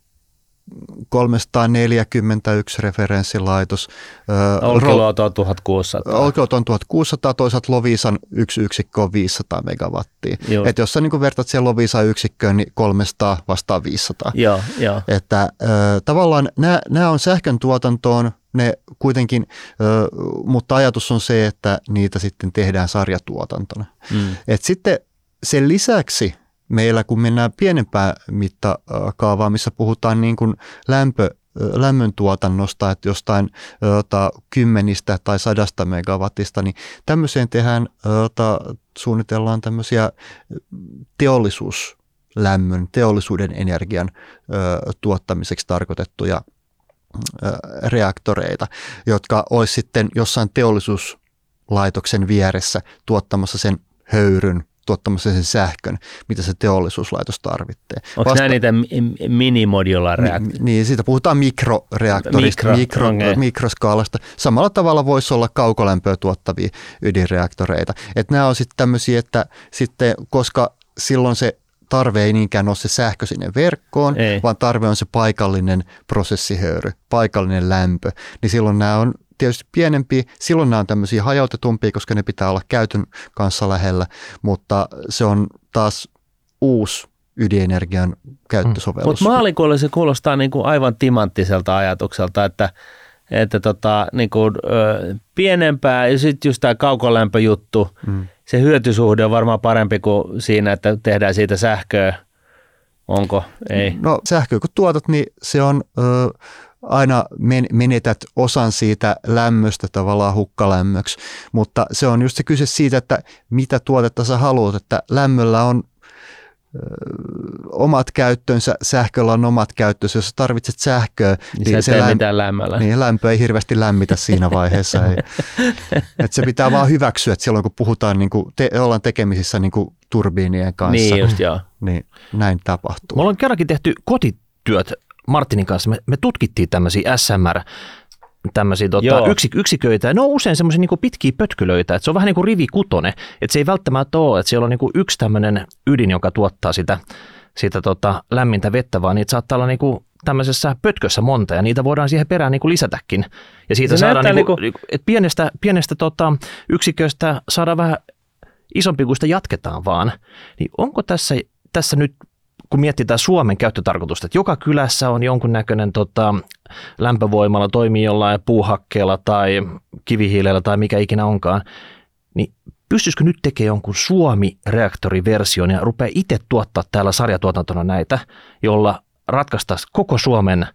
kolmesataaneljäkymmentäyksi referenssilaitos. Olkiluoto on tuhatkuusisataa. Olkiluoto on tuhatkuusisataa, toisaalta Loviisan yksi yksikkö on viisisataa megawattia. Joo. Et jos sä niin vertaat siihen Loviisan yksikköön, niin kolmesataa vastaan viisisataa. Joo, jo. Että äh, tavallaan nämä on sähkön tuotantoon, ne kuitenkin, ö, mutta ajatus on se, että niitä sitten tehdään sarjatuotantona. Mm. Et sitten sen lisäksi meillä, kun mennään pienempään mittakaavaan, missä puhutaan niin kuin lämpö, lämmön tuotannosta, että jostain ota, kymmenistä tai sadasta megawattista, niin tämmöiseen tehdään, ota, suunnitellaan tämmöisiä teollisuuslämmön, teollisuuden energian ö, tuottamiseksi tarkoitettuja reaktoreita, jotka olisi sitten jossain teollisuuslaitoksen vieressä tuottamassa sen höyryn, tuottamassa sen sähkön, mitä se teollisuuslaitos tarvitsee. Onko Vasta- nämä niitä minimodulareaktoreita? Niin, siitä puhutaan mikroreaktorista, mikro, mikro, okay. mikroskaalasta. Samalla tavalla voisi olla kaukolämpöä tuottavia ydinreaktoreita. Että nämä on sitten tämmöisiä, että sitten, koska silloin se tarve ei niinkään ole se sähkö sinne verkkoon, ei. vaan tarve on se paikallinen prosessihöyry, paikallinen lämpö. Niin silloin nämä on tietysti pienempiä, silloin nämä on tämmöisiä hajautetumpia, koska ne pitää olla käytön kanssa lähellä, mutta se on taas uusi ydinenergian käyttösovellus. Mutta maalikolle se kuulostaa niin kuin aivan timanttiselta ajatukselta, että, että tota, niin kuin, ö, pienempää ja sitten just tämä kaukolämpöjuttu, mm. se hyötysuhde on varmaan parempi kuin siinä, että tehdään siitä sähköä. Onko? Ei. No sähköä kun tuotat, niin se on ö, aina men- menetät osan siitä lämmöstä tavallaan hukkalämmöksi, mutta se on just se kyse siitä, että mitä tuotetta sä haluat, että lämmöllä on ö, omat käyttönsä, sähköllä on omat käyttönsä. Jos tarvitset sähköä, niin, niin se lämp- mitään lämmöllä. Niin lämpö ei hirveästi lämmitä siinä vaiheessa. ei. Että se pitää vaan hyväksyä, että silloin kun puhutaan, niin kuin te- ollaan tekemisissä niin kuin turbiinien kanssa, niin, just, joo. niin näin tapahtuu. Me ollaan kerrankin tehty kotityöt Martinin kanssa. Me, me tutkittiin tämmöisiä S M R, tämmöisiä tota, yksik- yksiköitä. Ne on usein semmoisia niinku pitkiä pötkylöitä, että se on vähän niin kuin rivikutone, että se ei välttämättä ole, että siellä on niinku yksi tämmöinen ydin, joka tuottaa sitä, sitä tota, lämmintä vettä, vaan niitä saattaa olla niinku tämmöisessä pötkössä monta, ja niitä voidaan siihen perään niinku lisätäkin. Ja siitä se saadaan, niinku, niinku... että pienestä, pienestä tota, yksiköstä saadaan vähän isompi, kun sitä jatketaan vaan. Niin onko tässä, tässä nyt, kun mietitään Suomen käyttötarkoitusta, että joka kylässä on jonkunnäköinen tota, lämpövoimalla, toimii jollain puuhakkeella tai kivihiilellä tai mikä ikinä onkaan, niin pystyisikö nyt tekemään jonkun Suomi-reaktoriversion ja rupeaa itse tuottaa täällä sarjatuotantona näitä, jolla ratkaistaisiin koko Suomen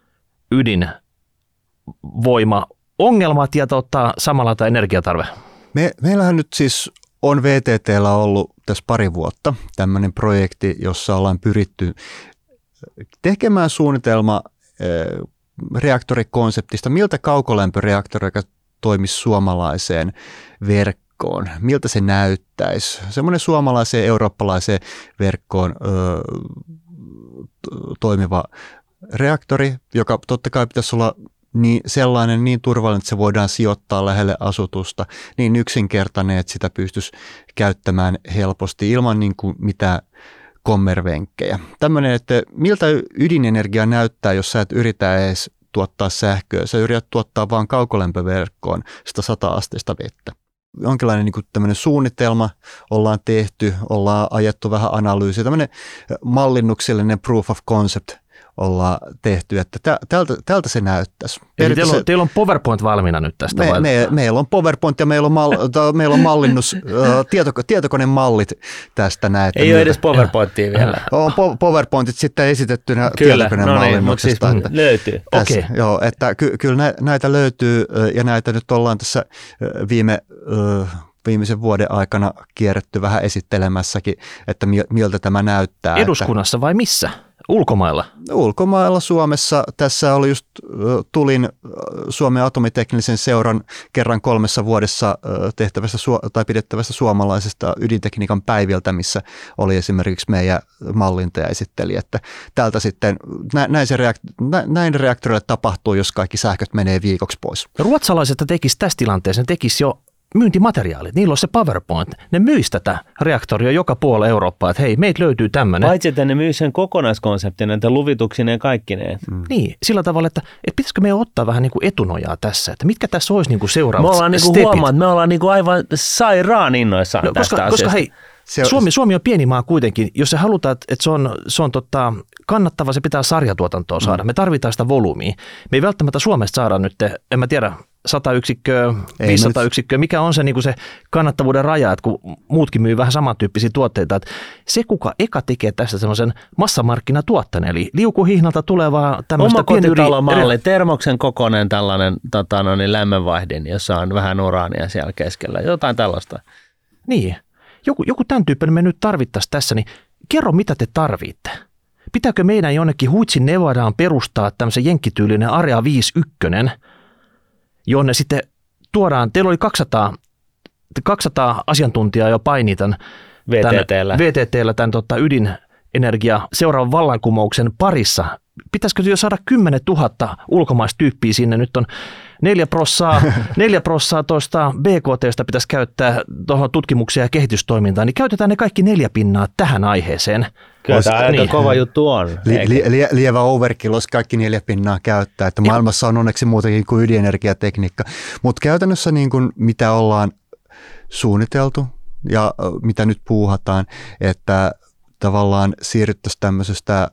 ydinvoima-ongelmat ja ottaa samalla tämä energiatarve? Me, meillähän nyt siis on V T T:llä ollut tässä pari vuotta tämmöinen projekti, jossa ollaan pyritty tekemään suunnitelma reaktorikonseptista, miltä kaukolämpöreaktori, joka toimisi suomalaiseen verkkoon, miltä se näyttäisi. Semmoinen suomalaiseen, eurooppalaiseen verkkoon ö, toimiva reaktori, joka totta kai pitäisi olla niin sellainen niin turvallinen, että se voidaan sijoittaa lähelle asutusta, niin yksinkertainen, että sitä pystyisi käyttämään helposti ilman niin kuin mitään kommervenkkejä. Tämmöinen, että miltä ydinenergia näyttää, jos sä et yritä edes tuottaa sähköä. Sä yrität tuottaa vaan kaukolämpöverkkoon sitä sata-asteista vettä. Jonkinlainen niin kuin tämmöinen suunnitelma ollaan tehty, ollaan ajettu vähän analyysiä. Tämmöinen mallinnuksellinen proof of concept ollaan tehty, että tältä, tältä se näyttäisi. Eli teillä on, teillä on PowerPoint valmiina nyt tästä? Me, me, meillä on PowerPoint ja meillä on, mal, meillä on mallinnus, tieto, tietokonemallit tästä näin. Ei ole edes PowerPointia vielä. On PowerPointit sitten esitettynä tietokonemallinnuksesta. No niin, löytyy. Tässä, okay. Joo, että ky, kyllä näitä löytyy ja näitä nyt ollaan tässä viime... viimeisen vuoden aikana kierretty vähän esittelemässäkin, että miltä tämä näyttää. Eduskunnassa että vai missä? Ulkomailla? Ulkomailla, Suomessa. Tässä oli just, tulin Suomen atomiteknillisen seuran kerran kolmessa vuodessa tehtävästä tai pidettävästä suomalaisesta ydintekniikan päiviltä, missä oli esimerkiksi meidän mallintaja esitteli, että tältä sitten näin, se reakt- näin reaktorille tapahtuu, jos kaikki sähköt menee viikoksi pois. Ruotsalaiset tekisi tässä tilanteessa, ne tekisi jo myyntimateriaalit, niillä on se PowerPoint. Ne myisi tätä reaktoria joka puolella Eurooppaa, että hei, meitä löytyy tämmöinen. Paitsi, että ne myy sen kokonaiskonseptin, näitä luvituksineen ja kaikkineen. Mm. Niin, sillä tavalla, että, että pitäisikö me ottaa vähän niin kuin etunojaa tässä, että mitkä tässä olisi niin kuin seuraavat me ollaan niin kuin huomaa, että me ollaan niin kuin aivan sairaan innoissaan no, tästä koska, asiasta. Koska hei, se on, Suomi, Suomi on pieni maa kuitenkin. Jos se halutaan, että se on, se on tota, kannattava, se pitää sarjatuotantoa saada. Mm. Me tarvitaan sitä volyymia. Me ei välttämättä Suomesta saada nyt, en mä tiedä, sata yksikköä, viisisataa yksikköä. Mikä on se, niin kuin se kannattavuuden raja, että kun muutkin myy vähän samantyyppisiä tuotteita. Että se, kuka eka tekee tästä semmoisen massamarkkinatuotteen, eli liukuhihnalta tulevaa tämmöistä omakotitalomalli, eri... termoksen kokoinen tällainen tota, no niin, lämmönvaihdin, jossa on vähän uraania siellä keskellä. Jotain tällaista. Niin. Joku, joku tämän tyyppinen me nyt tarvittaisiin tässä, niin kerro mitä te tarvitte. Pitääkö meidän jonnekin Huitsin Nevadaan perustaa tämmöisen jenkkityylinen Area viisi yksi, jonne sitten tuodaan, teillä oli kaksisataa, kaksisataa asiantuntijaa jo paini tämän V T T:llä, V T T:llä tämän tota, ydinenergia seuraavan vallankumouksen parissa. Pitäisikö jo saada kymmenen tuhatta ulkomaistyyppiä sinne? Nyt on neljä prossaa, neljä prossaa tuosta B K T:stä pitäisi käyttää tuohon tutkimukseen ja kehitystoimintaan, niin käytetään ne kaikki neljä pinnaa tähän aiheeseen. Kyllä tämä aika niin. kova juttu on. Li, li, li, lievä overkill, jos kaikki neljä pinnaa käyttää. Että maailmassa on onneksi muutakin kuin ydinenergiatekniikka. Mutta käytännössä niin kuin mitä ollaan suunniteltu ja mitä nyt puuhataan, että tavallaan siirryttäisiin tämmöisestä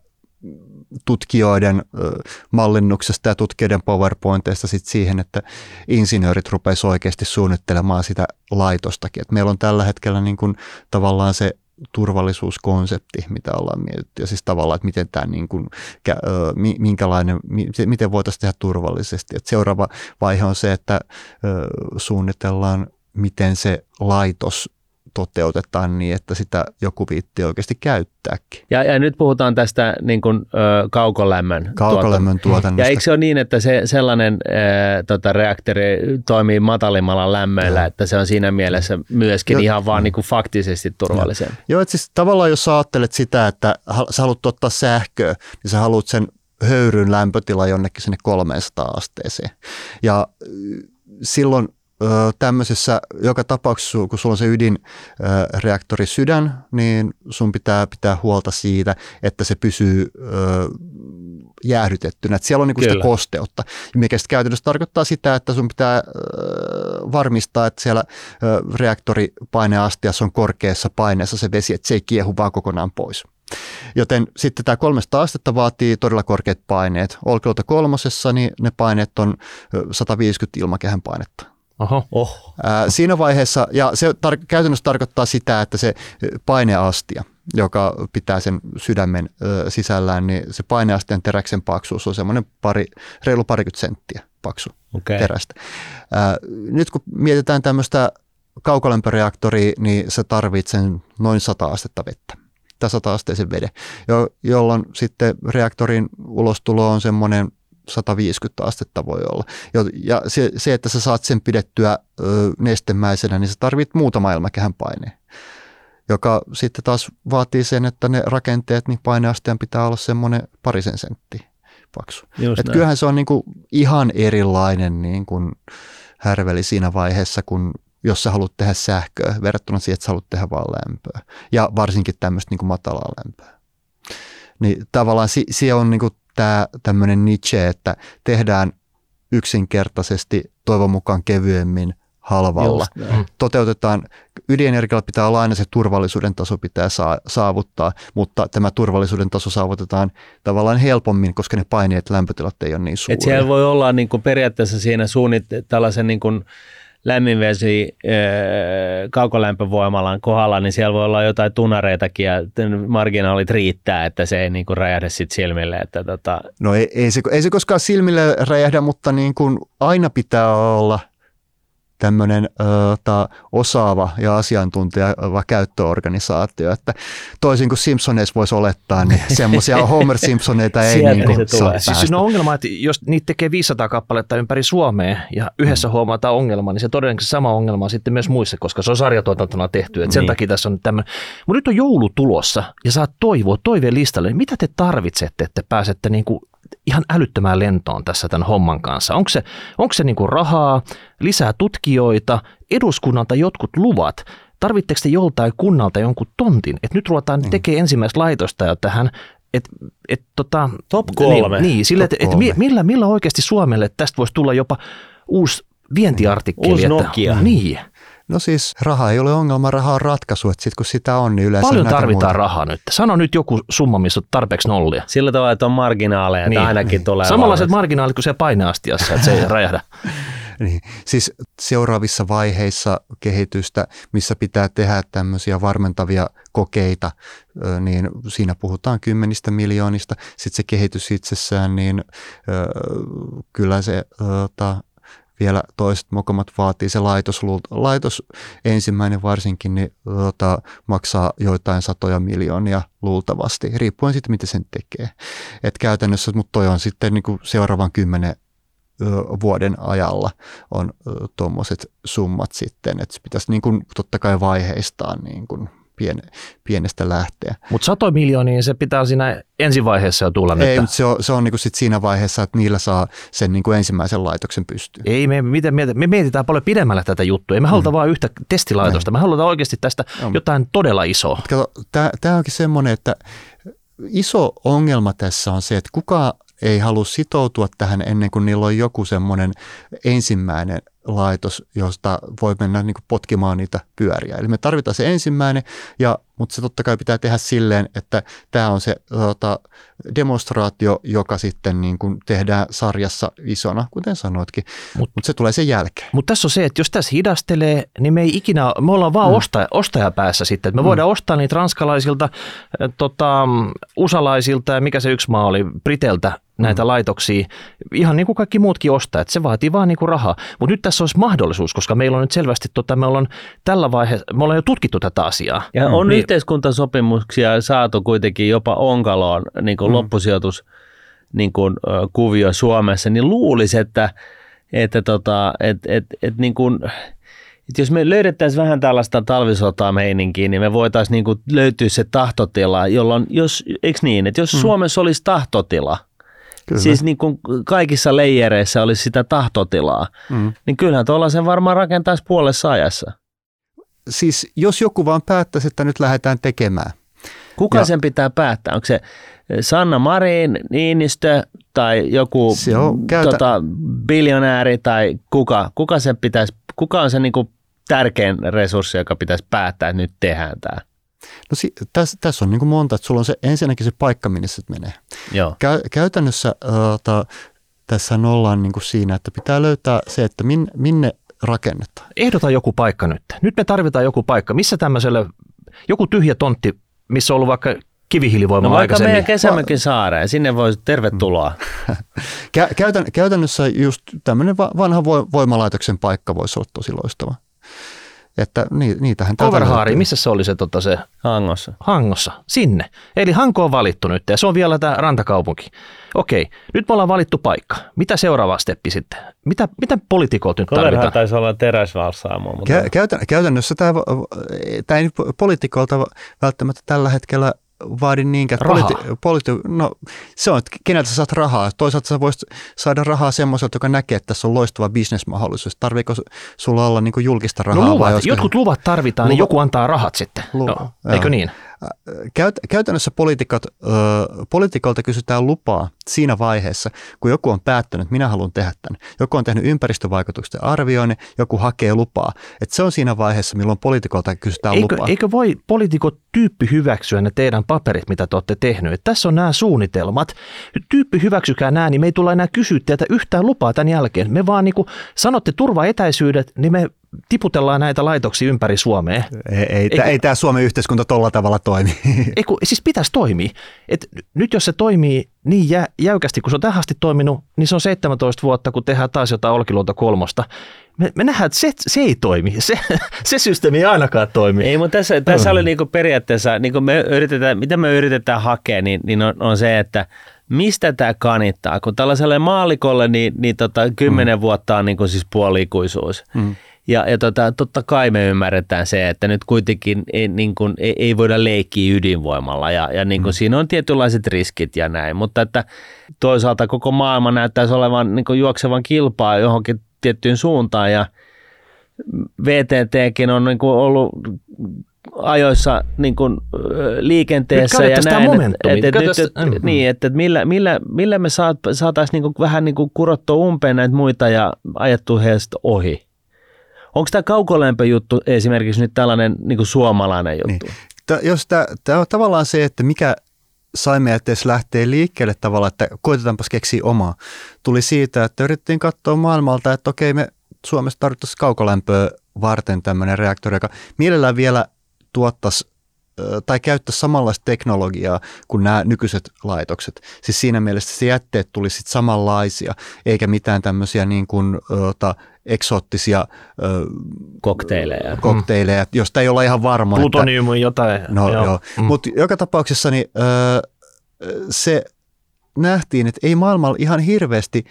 tutkijoiden mallinnuksesta ja tutkijoiden PowerPointeista sit siihen, että insinöörit rupeisivat oikeasti suunnittelemaan sitä laitostakin. Et meillä on tällä hetkellä niin kuin tavallaan se turvallisuuskonsepti, mitä ollaan mietitty, ja siis tavallaan, että miten tämä niin kuin, minkälainen, miten voitaisiin tehdä turvallisesti. Et seuraava vaihe on se, että suunnitellaan, miten se laitos toteutetaan niin, että sitä joku viitti oikeasti käyttääkin. Ja, ja nyt puhutaan tästä niin kuin, ö, kaukolämmön, kaukolämmön tuotannosta. Ja eikö se ole niin, että se sellainen ö, tota, reaktori toimii matalimmalla lämmöillä, Joo. että se on siinä mielessä myöskin jo, ihan vaan niin kuin faktisesti turvallisempi? Joo, että siis tavallaan jos sä ajattelet sitä, että sä haluat tuottaa sähköä, niin sä haluat sen höyryn lämpötila jonnekin sinne kolmesataa asteeseen. Ja silloin tämmöisessä, joka tapauksessa, kun sulla on se ydinreaktori sydän, niin sun pitää pitää huolta siitä, että se pysyy jäähdytettynä. Että siellä on niinku sitä kosteutta, mikä sitten käytännössä tarkoittaa sitä, että sun pitää varmistaa, että siellä reaktoripaineastiassa on korkeassa paineessa se vesi, että se ei kiehu vaan kokonaan pois. Joten sitten tämä kolmesataa astetta vaatii todella korkeat paineet. Olkiluoto kolmosessa niin ne paineet on sata viisikymmentä ilmakehän painetta. Oho. Oh. Ää, siinä vaiheessa, ja se tar- käytännössä tarkoittaa sitä, että se paineastia, joka pitää sen sydämen ö, sisällään, niin se paineastian teräksen paksuus on semmoinen pari, reilu parikymmentä senttiä paksu Okay. terästä. Ää, nyt kun mietitään tämmöistä kaukolämpöreaktoria, niin se tarvitsee noin sata astetta vettä, tai sata asteisen veden, jo, jolloin sitten reaktorin ulostulo on semmoinen sata viisikymmentä astetta voi olla. Ja se, se että sä saat sen pidettyä ö, nestemäisenä, niin sä tarvit muutama ilmakehän paineen, joka sitten taas vaatii sen, että ne rakenteet, niin paineastean pitää olla semmoinen parisen senttiä paksu. Et kyllähän se on niinku ihan erilainen niinku härveli siinä vaiheessa, kun jos sä haluat tehdä sähköä verrattuna siihen, että sä haluat tehdä vaan lämpöä. Ja varsinkin tämmöistä niinku matalaa lämpöä. Niin tavallaan si, siellä on niinku tämä tämmöinen niche, että tehdään yksinkertaisesti toivon mukaan kevyemmin halvalla. Toteutetaan, ydinenergialla pitää olla aina se turvallisuuden taso pitää saa, saavuttaa, mutta tämä turvallisuuden taso saavutetaan tavallaan helpommin, koska ne paineet lämpötilat ei ole niin suuria. Et siellä voi olla niin kuin periaatteessa siinä suunnit tällaisen niin kuin lämminvesi kaukolämpövoimalan kohdalla, niin siellä voi olla jotain tunareitakin ja marginaalit riittää, että se ei niin kuin räjähdä sit silmille. Että tota. No ei, ei, se, ei se koskaan silmille räjähdä, mutta niin kuin aina pitää olla tämmöinen ö, ta, osaava ja asiantunteva käyttöorganisaatio, että toisin kuin Simpsoneissa voisi olettaa, niin semmoisia Homer Simpsoneita ei niin kuin saa päästä. Siis no ongelma, että jos niitä tekee viisisataa kappaletta ympäri Suomea ja yhdessä mm. huomataan ongelma, niin se todennäköisesti sama ongelma on sitten myös muissa, koska se on sarjatuotantona tehty. Että sen niin. takia tässä on tämmöinen. Mutta nyt on joulu tulossa ja saat toivoa toiveen listalle. Niin mitä te tarvitsette, että pääsette niin kuin ihan älyttömään lentoon tässä tämän homman kanssa? Onko se, onko se niin kuin rahaa, lisää tutkijoita, eduskunnalta jotkut luvat? Tarvitteko te joltain kunnalta jonkun tontin? Että nyt ruvetaan mm. tekemään ensimmäistä laitosta jo tähän. Et, et, tota, top kolme. Niin, niin sille, että et millä, millä oikeasti Suomelle tästä voisi tulla jopa uusi vientiartikkeli? Uusi Nokia. Että, niin. No siis raha ei ole ongelma, raha on ratkaisu, että sitten kun sitä on, niin yleensä paljon tarvitaan muuta. rahaa nyt. Sano nyt joku summa, missä on tarpeeksi nollia. Sillä tavalla, että on marginaaleja, niin. että ainakin tulee. Samanlaiset marginaalit kuin se paineastiassa, että se ei räjähdä. Niin. Siis seuraavissa vaiheissa kehitystä, missä pitää tehdä tämmöisiä varmentavia kokeita, niin siinä puhutaan kymmenistä miljoonista. Sitten se kehitys itsessään, niin kyllä se ta, vielä toiset mokomat vaatii. Se laitos, laitos ensimmäinen varsinkin niin, tota, maksaa joitain satoja miljoonia luultavasti, riippuen siitä, miten sen tekee. Et käytännössä, mutta toi on sitten niin kuin seuraavan kymmenen vuoden ajalla on tuommoiset summat sitten, että se pitäisi niin kuin totta kai vaiheistaa niin kuin pien, pienestä lähteä. Mutta satoja miljoonia se pitää siinä ensivaiheessa jo tulla. Ei, nyt. mutta se on, se on niin kuin sit siinä vaiheessa, että niillä saa sen niin kuin ensimmäisen laitoksen pystyyn. Ei, me, miten, me mietitään paljon pidemmälle tätä juttua. Ei me haluta mm. vain yhtä testilaitosta, me halutaan oikeasti tästä no. jotain todella isoa. Tämä onkin semmoinen, että iso ongelma tässä on se, että kuka ei halua sitoutua tähän ennen kuin niillä on joku semmoinen ensimmäinen laitos, josta voi mennä niin kuin potkimaan niitä pyöriä. Eli me tarvitaan se ensimmäinen, ja, mutta se totta kai pitää tehdä silleen, että tämä on se tota, demonstraatio, joka sitten niin kuin tehdään sarjassa isona, kuten sanoitkin, mutta Mut se tulee sen jälkeen. Mutta tässä on se, että jos tässä hidastelee, niin me ei ikinä, me ollaan vaan mm. ostaja, ostajapäässä sitten. Että me mm. voidaan ostaa niitä ranskalaisilta, tota, usalaisilta ja mikä se yksi maa oli, Briteltä, näitä mm. laitoksia, ihan niin kuin kaikki muutkin ostaa, että se vaatii vaan niin kuin rahaa. Mutta nyt tässä olisi mahdollisuus, koska meillä on nyt selvästi, tota, me ollaan tällä vaiheessa, me ollaan jo tutkittu tätä asiaa. Ja on niin, yhteiskuntasopimuksia saatu kuitenkin jopa onkaloon niin kuin mm. loppusijoitus niin kuin, kuvio Suomessa, niin luulisi, että, että, tota, että, että, että niin kuin, että jos me löydettäisiin vähän tällaista talvisotaa meininkiä, niin me voitaisiin niin kuin löytyä se tahtotila, jolloin, jos, eikö niin, että jos mm. Suomessa olisi tahtotila, Kyllä. siis niin kuin kaikissa leijereissä olisi sitä tahtotilaa, mm. niin kyllähän tuollaisen varmaan rakentaisi puolessa ajassa. Siis jos joku vaan päättäisi, että nyt lähdetään tekemään. Kuka ja, sen pitää päättää? Onko se Sanna Marin, Niinistö tai joku käytä... tota, biljonääri tai kuka? Kuka, sen pitäisi, kuka on se niin kuin tärkein resurssi, joka pitäisi päättää, että nyt tehdään tämä? No si- tässä täs on niin kuin monta, että sulla on se ensinnäkin se paikka, minne se menee. Joo. Kä- käytännössä äh, ta, tässä ollaan niin kuin siinä, että pitää löytää se, että min, minne rakennetaan. Ehdota joku paikka nyt. Nyt me tarvitaan joku paikka. Missä tämmöisellä, joku tyhjä tontti, missä on ollut vaikka kivihiilivoima no, aikaisemmin. No vaikka meidän kesämökin saareen, sinne voi tervetuloa. Käytän, käytännössä just tämmöinen vanha voimalaitoksen paikka voisi olla tosi loistava. Että niitähän Overhaari, missä se oli se, tota, se? Hangossa. Hangossa, sinne. Eli Hanko on valittu nyt ja se on vielä tämä rantakaupunki. Okei, nyt me ollaan valittu paikka. Mitä seuraava steppi sitten? Mitä, mitä poliitikoilta nyt tarvitaan? Koverhan taisi olla teräsvalsaamo. Mutta... Kä- käytännössä tämä, tämä ei poliitikoilta välttämättä tällä hetkellä vaadi niinkään. Politi- politi- no, se on, että keneltä sä saat rahaa. Toisaalta sä voisit saada rahaa semmoiselta, joka näkee, että tässä on loistava bisnesmahdollisuus. Tarviiko sulla olla niin kuin julkista rahaa? No luvat, vai jotkut luvat tarvitaan, luvat. Niin joku antaa rahat sitten. Lu- no, eikö niin? Käyt- käytännössä poliitikot, ö, poliitikolta kysytään lupaa siinä vaiheessa, kun joku on päättänyt, että minä haluan tehdä tämän. Joku on tehnyt ympäristövaikutusten arvioinnin, joku hakee lupaa. Et se on siinä vaiheessa, milloin poliitikolta kysytään eikö, lupaa. Eikö voi poliitikot tyyppi hyväksyä ne teidän paperit, mitä te olette tehneet? Tässä on nämä suunnitelmat. Tyyppi hyväksykää nämä, niin me ei tulla enää kysyä teiltä yhtään lupaa tämän jälkeen. Me vaan niin kuin sanotte turvaetäisyydet, niin me tiputellaan näitä laitoksia ympäri Suomea. Ei, ei, Eikö, ei tämä Suomen yhteiskunta tolla tavalla toimi. Eiku, siis pitäisi toimia. Et nyt jos se toimii niin jä, jäykästi, kun se on tähän asti toiminut, niin se on seitsemäntoista vuotta, kun tehdään taas jotain Olkiluoto kolmosta. Me, me nähdään, että se, se ei toimi. Se, se systeemi ei ainakaan toimi. Ei, mutta tässä, tässä oli niinku periaatteessa, niinku me yritetään, mitä me yritetään hakea, niin, niin on, on se, että mistä tämä kanittaa. Kun tällaiselle maallikolle, niin, niin tota, kymmenen mm. vuotta on niinku siis puoli-ikuisuus. Mm. Ja, ja tota, totta kai me ymmärretään se, että nyt kuitenkin ei, niin kuin, ei, ei voida leikkiä ydinvoimalla ja, ja niin kuin mm. siinä on tietynlaiset riskit ja näin, mutta että toisaalta koko maailma näyttäisi olevan niin kuin juoksevan kilpaa johonkin tiettyyn suuntaan ja V T T:kin on niin kuin ollut ajoissa niin kuin, liikenteessä ja näin. Että, että, nyt, että, mm-hmm. niin, että millä, millä, millä me saat, saataisiin niin kuin vähän niin kuin kurottua umpeen näitä muita ja ajettua heistä ohi. Onko tämä kaukolämpöjuttu esimerkiksi nyt tällainen niin kuin suomalainen juttu? Niin. Jos tämä on tavallaan se, että mikä sai meidät edes lähteä liikkeelle tavallaan, että koitetaanpas keksiä omaa, tuli siitä, että yritettiin katsoa maailmalta, että okei, me Suomessa tarvittaisiin kaukolämpöä varten tämmöinen reaktori, joka mielellään vielä tuottaisi tai käyttäisi samanlaista teknologiaa kuin nämä nykyiset laitokset. Siis siinä mielessä se jätteet tuli sitten samanlaisia, eikä mitään tämmöisiä niin kuin ota, eksoottisia kokteileja, kokteileja, josta ei olla ihan varma. Plutoniumin jotain. No joo, joo. Mm. Mutta joka tapauksessa niin, se nähtiin, että ei maailmalla ihan hirveästi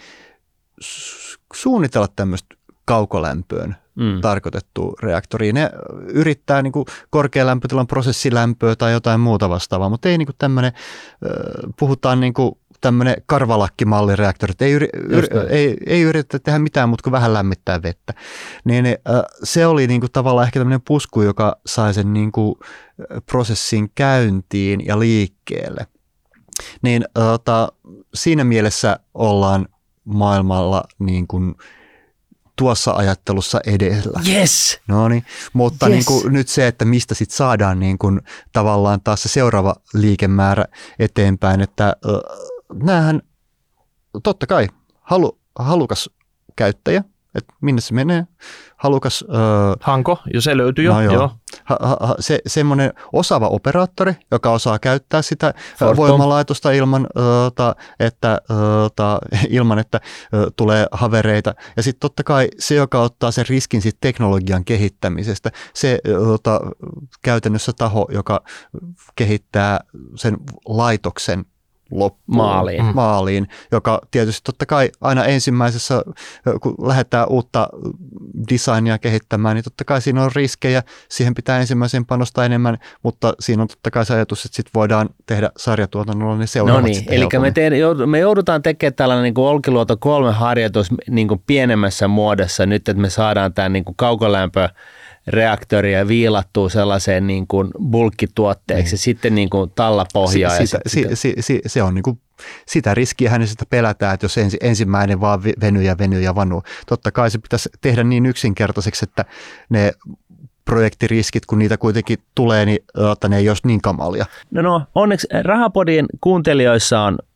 suunnitella tämmöistä kaukolämpöön mm. tarkoitettua reaktoria. Ne yrittää niin kuin korkealämpötilan prosessilämpöä tai jotain muuta vastaavaa, mutta ei niin kuin tämmöinen, puhutaan niin kuin tämmöinen karvalakkimallireaktori, ei, yri, yr, ei, ei yritetä tehdä mitään muuta kuin vähän lämmittää vettä. Niin, se oli niin kuin tavallaan ehkä tämmöinen pusku, joka sai sen niin kuin prosessin käyntiin ja liikkeelle. Niin ota, siinä mielessä ollaan maailmalla niin kuin tuossa ajattelussa edellä. Yes! No niin, mutta yes. Niin kuin nyt se, että mistä sitten saadaan niin kuin tavallaan taas se seuraava liikemäärä eteenpäin, että äh, näähän totta kai halu, halukas käyttäjä, että minne se menee, halukas... Äh, Hanko, jo se löytyy jo. No joo. joo. Ha, ha, se, semmoinen osaava operaattori, joka osaa käyttää sitä Fortum. voimalaitosta ilman, uh, että, uh, ilman, että uh, tulee havereita. Ja sitten totta kai se, joka ottaa sen riskin siitä teknologian kehittämisestä, se uh, käytännössä taho, joka kehittää sen laitoksen loppuun, maaliin. maaliin, joka tietysti totta kai aina ensimmäisessä, kun lähdetään uutta designia kehittämään, niin totta kai siinä on riskejä, siihen pitää ensimmäisen panostaa enemmän, mutta siinä on totta kai se ajatus, että sit voidaan tehdä sarjatuotannolla ne seuraavat. No niin, eli me, te, me joudutaan tekemään tällainen niin kuin Olkiluoto kolme harjoitus niin kuin pienemmässä muodossa nyt, että me saadaan tämän niin kuin kaukolämpö reaktoria viilattuu sellaiseen niin kuin bulkkituotteeksi niin. Ja sitten niin kuin tallapohjaa. Si, sitä, si, si, si, se on niin kuin, sitä riskiähän sitä pelätään, että jos ensi, ensimmäinen vaan venyy ja venyy ja vanuu. Totta kai se pitäisi tehdä niin yksinkertaiseksi, että ne projektiriskit, kun niitä kuitenkin tulee, niin että ne ei olisi niin kamalia. No no, onneksi Rahapodin kuuntelijoissa on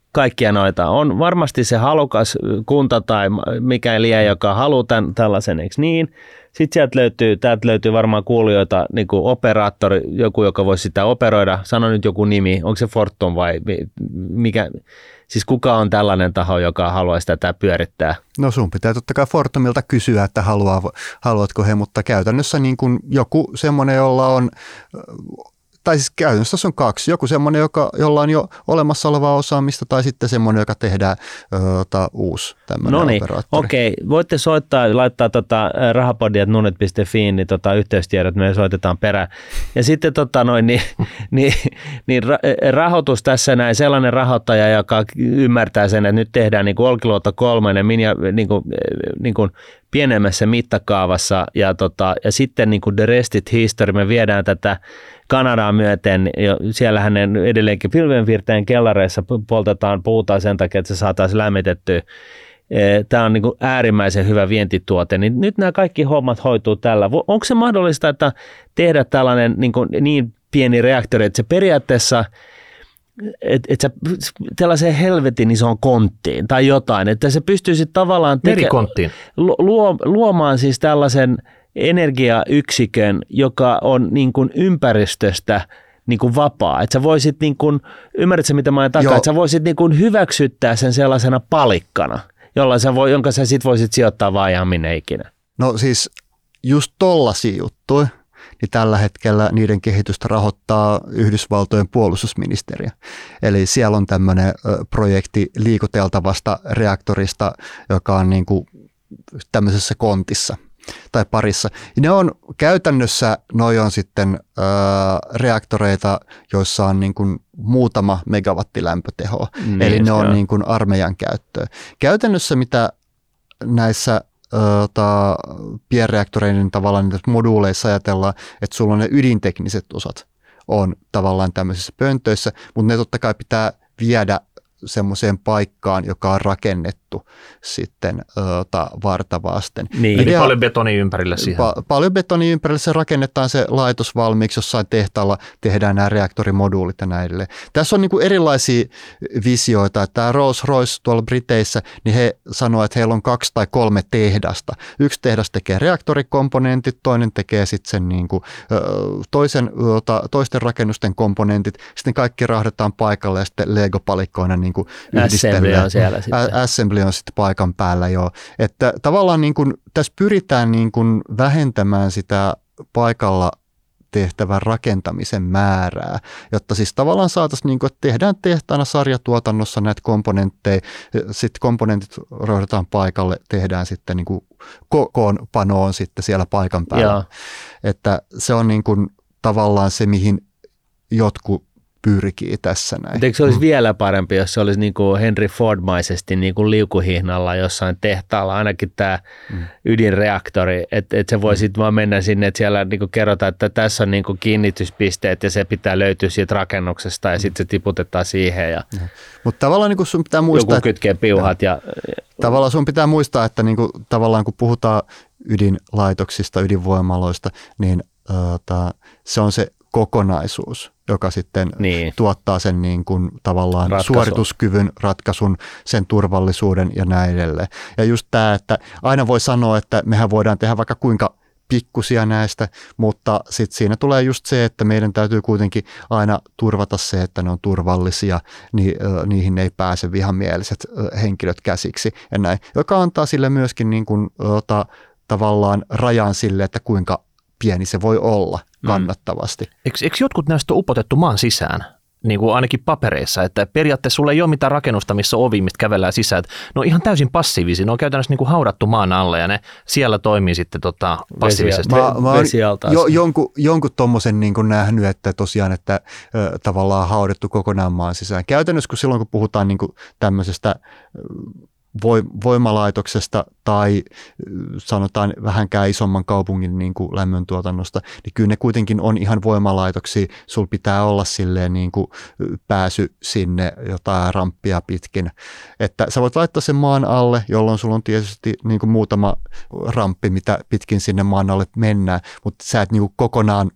kaikkia noita. On varmasti se halukas kunta tai mikä liian, joka haluaa tämän, tällaisen, eikö niin? Sitten sieltä löytyy, täältä löytyy varmaan kuulijoita, niin kuin operaattori, joku, joka voisi sitä operoida. Sano nyt joku nimi, onko se Fortum vai mikä? Siis kuka on tällainen taho, joka haluaisi tätä pyörittää? No sun pitää totta kai Fortumilta kysyä, että haluaa, haluatko he, mutta käytännössä niin kuin joku semmoinen, jolla on, tai siis käytännössä se on kaksi, joku semmoinen, joka, jolla on jo olemassa olevaa osaamista, tai sitten semmoinen, joka tehdään ö, uusi tämmöinen Noniin, operaattori. Okei, voitte soittaa, laittaa tota, rahapodi at nunet piste fi, niin tota, yhteystiedot me soitetaan perään. Ja sitten tota, noin, niin, niin, niin rahoitus tässä näin, sellainen rahoittaja, joka ymmärtää sen, että nyt tehdään niin kuin Olkiluoto kolmonen niin kuin, niin kuin pienemmässä mittakaavassa, ja, tota, ja sitten niin kuin the rest is history, me viedään tätä Kanadaan myöten, siellähän ne edelleenkin pilvenpiirtäjän kellareissa poltetaan puuta sen takia, että se saataisiin lämmitettyä. Tämä on niin kuin äärimmäisen hyvä vientituote, niin nyt nämä kaikki hommat hoituu tällä. Onko se mahdollista, että tehdä tällainen niin, kuin niin pieni reaktori, että se periaatteessa, että et sä tällaiseen helvetin isoon konttiin tai jotain, että se pystyisi tavallaan teke- luo, luomaan siis tällaisen energiayksikön, joka on niin kuin ympäristöstä niin kuin vapaa. Että sä voisit, niin kuin, ymmärrätkö mitä mä ajan takaa, että sä voisit niin kuin hyväksyttää sen sellaisena palikkana, jolla sä voi, jonka sä sit voisit sijoittaa vaan ihan minne ikinä. No siis just tollaisia juttuja, niin tällä hetkellä niiden kehitystä rahoittaa Yhdysvaltojen puolustusministeriö. Eli siellä on tämmöinen projekti liikuteltavasta reaktorista, joka on niin kuin tämmöisessä kontissa tai parissa. Ja ne on käytännössä, noi on sitten ö, reaktoreita, joissa on niin kuin muutama megawatti lämpötehoa. Niin, eli ne on niin kuin armeijan käyttöä. Käytännössä mitä näissä ö, ta, pienreaktoreiden tavallaan moduuleissa ajatellaan, että sulla on ne ydintekniset osat on tavallaan tämmöisissä pöntöissä, mutta ne totta kai pitää viedä semmoiseen paikkaan, joka on rakennettu sitten ota, varta vasten. Niin, eli paljon betonia ympärille siihen. Pa- paljon betonia ympärille, se rakennetaan se laitos valmiiksi, jossain tehtaalla tehdään nämä reaktorimoduulit ja näille. Tässä on niin kuin erilaisia visioita, että tämä Rolls-Royce tuolla Briteissä, niin he sanoo, että heillä on kaksi tai kolme tehdasta. Yksi tehdas tekee reaktorikomponentit, toinen tekee sitten sen niin kuin, toisen, toisten rakennusten komponentit, sitten kaikki rahdetaan paikalle ja sitten Lego-palikkoina niin kuin Assembly on siellä sitten. Assembly on sitten paikan päällä, joo. Että tavallaan niin kuin, tässä pyritään niin kuin vähentämään sitä paikalla tehtävän rakentamisen määrää, jotta siis tavallaan saataisiin, niin kuin, että tehdään tehtaana sarjatuotannossa näitä komponentteja, sitten komponentit rohdetaan paikalle, tehdään sitten niin kuin kokoonpanoon sitten siellä paikan päällä. Joo. Että se on niin kuin tavallaan se, mihin jotkut pyrkii tässä näin. Eikö se olisi mm. vielä parempi, jos se olisi niin kuin Henry Ford-maisesti niin kuin liukuhihnalla jossain tehtaalla, ainakin tämä mm. ydinreaktori, että et se voi sitten vaan mennä sinne, että siellä niin kuin kerrotaan, että tässä on niin kuin kiinnityspisteet ja se pitää löytyä siitä rakennuksesta ja mm. sitten se tiputetaan siihen. Ja mm. Mutta tavallaan niin kuin sun pitää muistaa, joku kytkee piuhat. Ja, ja, tavallaan sun pitää muistaa, että niin kuin, tavallaan kun puhutaan ydinlaitoksista, ydinvoimaloista, niin äh, se on se kokonaisuus, joka sitten niin tuottaa sen niin kuin tavallaan ratkaisu. Suorituskyvyn, ratkaisun, sen turvallisuuden ja näin edelleen. Ja just tämä, että aina voi sanoa, että mehän voidaan tehdä vaikka kuinka pikkusia näistä, mutta sitten siinä tulee just se, että meidän täytyy kuitenkin aina turvata se, että ne on turvallisia, niin niihin ei pääse vihamieliset henkilöt käsiksi ja näin, joka antaa sille myöskin niin kuin, ota, tavallaan rajan sille, että kuinka pieni se voi olla kannattavasti. Mm. Eikö, eikö jotkut näistä ole upotettu maan sisään, niin kuin ainakin papereissa, että periaatteessa sulla ei ole mitään rakennusta, missä on ovi, mistä kävellään sisään. Ne on ihan täysin passiivisia, ne on käytännössä niin kuin haudattu maan alle ja ne siellä toimii sitten tota passiivisesti. Mä, mä oon jo, jonkun, jonkun tommosen niin kuin nähnyt, että tosiaan, että ö, tavallaan haudettu kokonaan maan sisään. Käytännössä kun silloin, kun puhutaan niin kuin tämmöisestä voimalaitoksesta tai sanotaan vähänkään isomman kaupungin niin kuin lämmöntuotannosta, niin kyllä ne kuitenkin on ihan voimalaitoksia. Sulla pitää olla silleen niin kuin pääsy sinne jotain ramppia pitkin. Että sä voit laittaa sen maan alle, jolloin sulla on tietysti niin kuin muutama ramppi, mitä pitkin sinne maan alle mennään, mutta sä et niin kuin kokonaan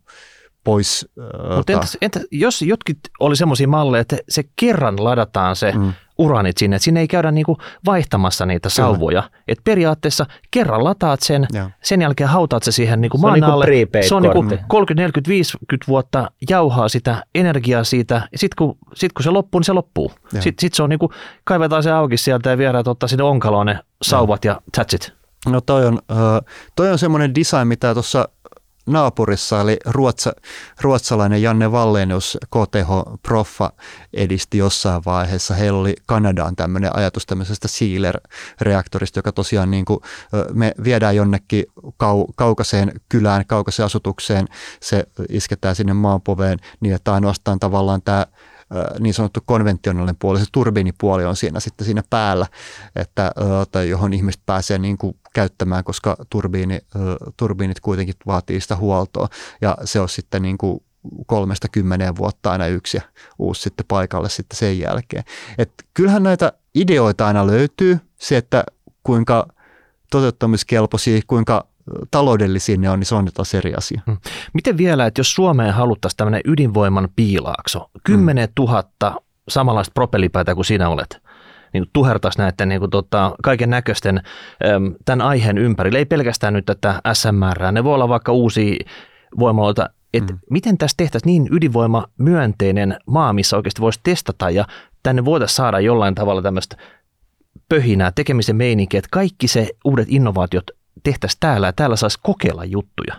pois. Mutta entäs, entäs jos jotkin oli semmoisia malleja, että se kerran ladataan se mm. uraanit sinne, että sinne ei käydä niinku vaihtamassa niitä sauvoja. Että periaatteessa kerran lataat sen, ja. sen jälkeen hautaat se siihen niinku maan alle. Se on niinku kolmekymmentä, neljäkymmentä, viisikymmentä vuotta jauhaa sitä energiaa siitä, ja sitten kun, sit kun se loppuu, niin se loppuu. Sitten sit se on niinku, kaivetaan se auki sieltä ja viedään ottaa sinne onkaloon ne sauvat ja, ja that's it. No toi on, toi on semmoinen design, mitä tuossa naapurissa, eli ruotsa, ruotsalainen Janne Wallenius, K T H-proffa, edisti jossain vaiheessa. Heillä oli Kanadaan tämmöinen ajatus tämmöisestä Sealer-reaktorista, joka tosiaan niin kuin me viedään jonnekin kau, kaukaiseen kylään, kaukaiseen asutukseen, se isketään sinne maanpoveen niin, että ainoastaan tavallaan tämä niin sanottu konventionaalinen puoli, se turbiinipuoli on siinä sitten siinä päällä, että, tai johon ihmiset pääsee niin kuin käyttämään, koska turbiini, turbiinit kuitenkin vaatii sitä huoltoa, ja se on sitten niin kuin kolmesta kymmeneen vuotta aina yksi ja uusi sitten paikalle sitten sen jälkeen. Et kyllähän näitä ideoita aina löytyy, se, että kuinka toteuttamiskelpoisia, kuinka taloudellisia ne on, niin se on taas eri asia. Miten vielä, että jos Suomeen haluttaisiin tämmöinen ydinvoiman piilaakso, kymmenen tuhatta samanlaista propellipäätä kuin sinä olet, niin tuhertaisi näiden niin kuin, tota, kaiken näköisten tämän aiheen ympärille, ei pelkästään nyt tätä S M R, ne voi olla vaikka uusia voimaloita, että mm. miten tässä tehtäisiin niin ydinvoimamyönteinen maa, missä oikeasti voisi testata ja tänne voitaisiin saada jollain tavalla tämmöistä pöhinää, tekemisen meininkiä, että kaikki se uudet innovaatiot tehtäisiin täällä ja täällä saisi kokeilla juttuja.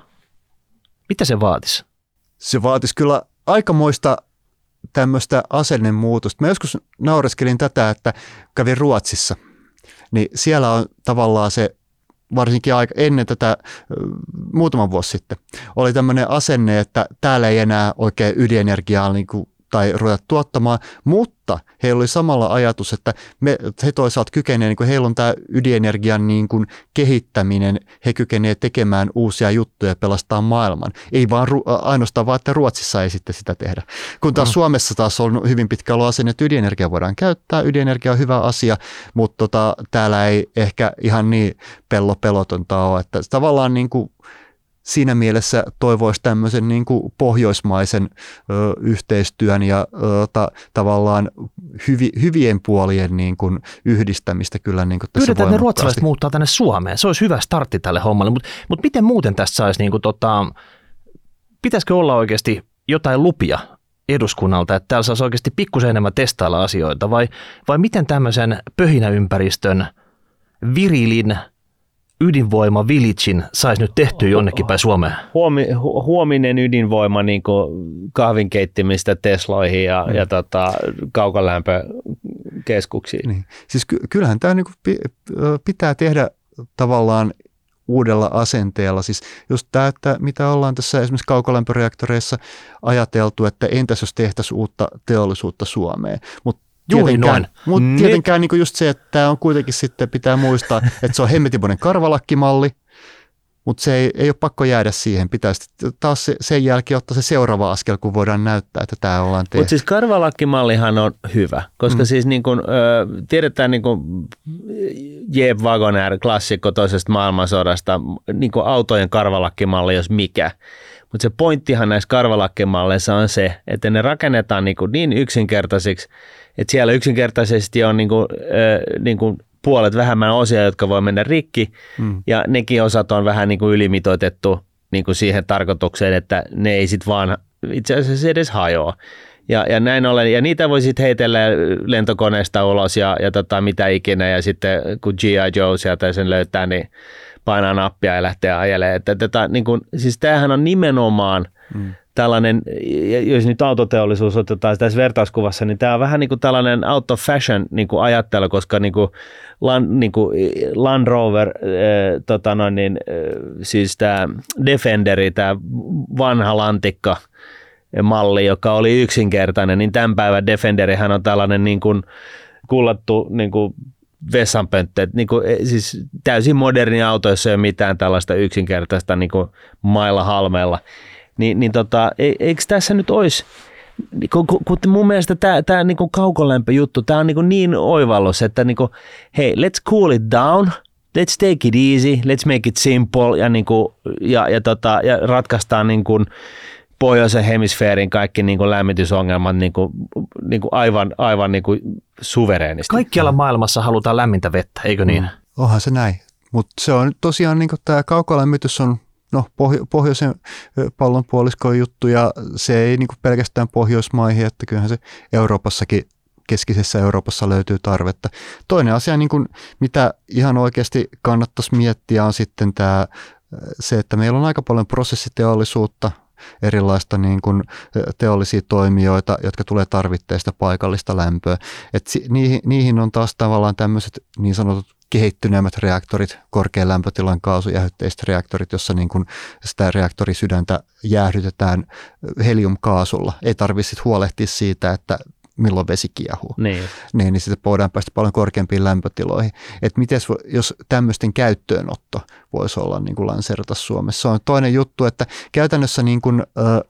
Mitä se vaatisi? Se vaatisi kyllä aikamoista tämmöistä asennemuutosta. Mä joskus naureskelin tätä, että kävin Ruotsissa, niin siellä on tavallaan se, varsinkin aika ennen tätä, muutaman vuosi sitten, oli tämmöinen asenne, että täällä ei enää oikein ydinenergiaa niin kuin tai ruveta tuottamaan, mutta heillä oli samalla ajatus, että me, he toisaalta kykenevät, niin kuin heillä on tämä ydinenergian niin kuin kehittäminen, he kykenevät tekemään uusia juttuja ja pelastaa maailman. Ei vaan ainoastaan vaan, että Ruotsissa ei sitten sitä tehdä. Kun taas mm. Suomessa taas on hyvin pitkä ollut asenne, että ydinenergia voidaan käyttää, ydinenergia on hyvä asia, mutta tota, täällä ei ehkä ihan niin pello pelotonta ole, että tavallaan niin kuin siinä mielessä toivoisi tämmöisen niin kuin pohjoismaisen ö, yhteistyön ja ö, ta, tavallaan hyvi, hyvien puolien niin kuin yhdistämistä kyllä niin kuin tässä Pyydetään, voimakkaasti. Ne ruotsalaiset muuttaa tänne Suomeen. Se olisi hyvä startti tälle hommalle, mutta mut miten muuten tästä saisi, niin kuin, tota, pitäisikö olla oikeasti jotain lupia eduskunnalta, että täällä saisi oikeasti pikkusen enemmän testailla asioita vai, vai miten tämmöisen pöhinäympäristön virilin ydinvoima villagein saisi nyt tehtyä jonnekin päin Suomeen? Huomi, hu, huominen ydinvoima niin kuin kahvinkeittimistä Tesloihin ja, mm. ja tota, kaukolämpökeskuksiin. Niin. Siis ky- kyllähän tämä niin kuin pitää tehdä tavallaan uudella asenteella. Siis just tämä, että mitä ollaan tässä esimerkiksi kaukolämpöreaktoreissa ajateltu, että entäs jos tehtäisiin uutta teollisuutta Suomeen. Mutta Tietenkään, mutta tietenkään niin kuin just se, että tämä on kuitenkin sitten pitää muistaa, että se on hemmetimoinen karvalakkimalli, mutta se ei, ei ole pakko jäädä siihen. Pitäisi taas se, sen jälkeen ottaa se seuraava askel, kun voidaan näyttää, että tämä ollaan tehty. Mutta siis karvalakkimallihan on hyvä, koska mm. siis niin kun, ö, tiedetään niin kuin Jeep Wagonair, klassikko toisesta maailmansodasta, niin kuin autojen karvalakkimalli, jos mikä. Mutta se pointtihan näissä karvalakkimalleissa on se, että ne rakennetaan niin, kuin niin yksinkertaisiksi, että siellä yksinkertaisesti on niin kuin, äh, niin kuin puolet vähemmän osia, jotka voi mennä rikki, mm. ja nekin osat on vähän niin kuin ylimitoitettu niin kuin siihen tarkoitukseen, että ne ei sitten vaan itse asiassa edes hajoa. Ja, ja näin ollen, ja niitä voi sitten heitellä lentokoneesta ulos ja, ja tota, mitä ikinä, ja sitten kun G I Joe sieltä sen löytää, niin painaa nappia ja lähtee ajelemaan. Että, että, niin kuin, siis tämähän on nimenomaan mm. tällainen, jos nyt autoteollisuus otetaan tässä vertauskuvassa, niin tämä on vähän niin kuin tällainen out of fashion niin kuin ajattelu, koska niin kuin Land, niin kuin Land Rover, äh, tota noin, niin, äh, siis tämä Defenderi, tämä vanha lantikka malli, joka oli yksinkertainen, niin tämän päivän Defenderihän on tällainen niin kuin kullattu niin kuin vessanpönttö, niin kuin, siis täysin moderni auto, jos ei ole mitään tällaista yksinkertaista niin kuin mailla halmeella. Ni, niin tota, eikö tässä nyt olisi, kun, kun mun mielestä tämä, tämä niin kuin kaukolämpöjuttu, tämä on niin, niin oivallus, että niin kuin, hei, let's cool it down, let's take it easy, let's make it simple ja, niin kuin, ja, ja, tota, ja ratkaistaan niin kuin pohjoisen hemisfeerin kaikki niin kuin lämmitysongelmat niin kuin, niin kuin aivan, aivan niin kuin suvereenisti. Kaikkialla maailmassa halutaan lämmintä vettä, eikö niin? Mm. Onhan se näin, mutta se on tosiaan niin kuin tämä kaukolämmitys on no, pohjo- pohjoisen pallonpuoliskon juttu ja se ei niin kuin pelkästään Pohjoismaihin, että kyllähän se Euroopassakin, keskisessä Euroopassa löytyy tarvetta. Toinen asia, niin kuin, mitä ihan oikeasti kannattaisi miettiä, on sitten tämä, se, että meillä on aika paljon prosessiteollisuutta, erilaista niin kuin teollisia toimijoita, jotka tulee tarvitteista paikallista lämpöä. Et si- niihin, niihin on taas tavallaan tämmöiset niin sanotut kehittyneemmät reaktorit, korkean lämpötilan kaasujäähdytteiset reaktorit, jossa niin kuin sitä reaktorisydäntä jäähdytetään heliumkaasulla. Ei tarvitse huolehtia siitä, että milloin vesi kiehuu. Niin. Niin, niin sitten voidaan päästä paljon korkeampiin lämpötiloihin. Että mites, jos tämmöisten käyttöönotto voisi olla niin kuin lanseerata Suomessa. Se on toinen juttu, että käytännössä niin kuin, ö,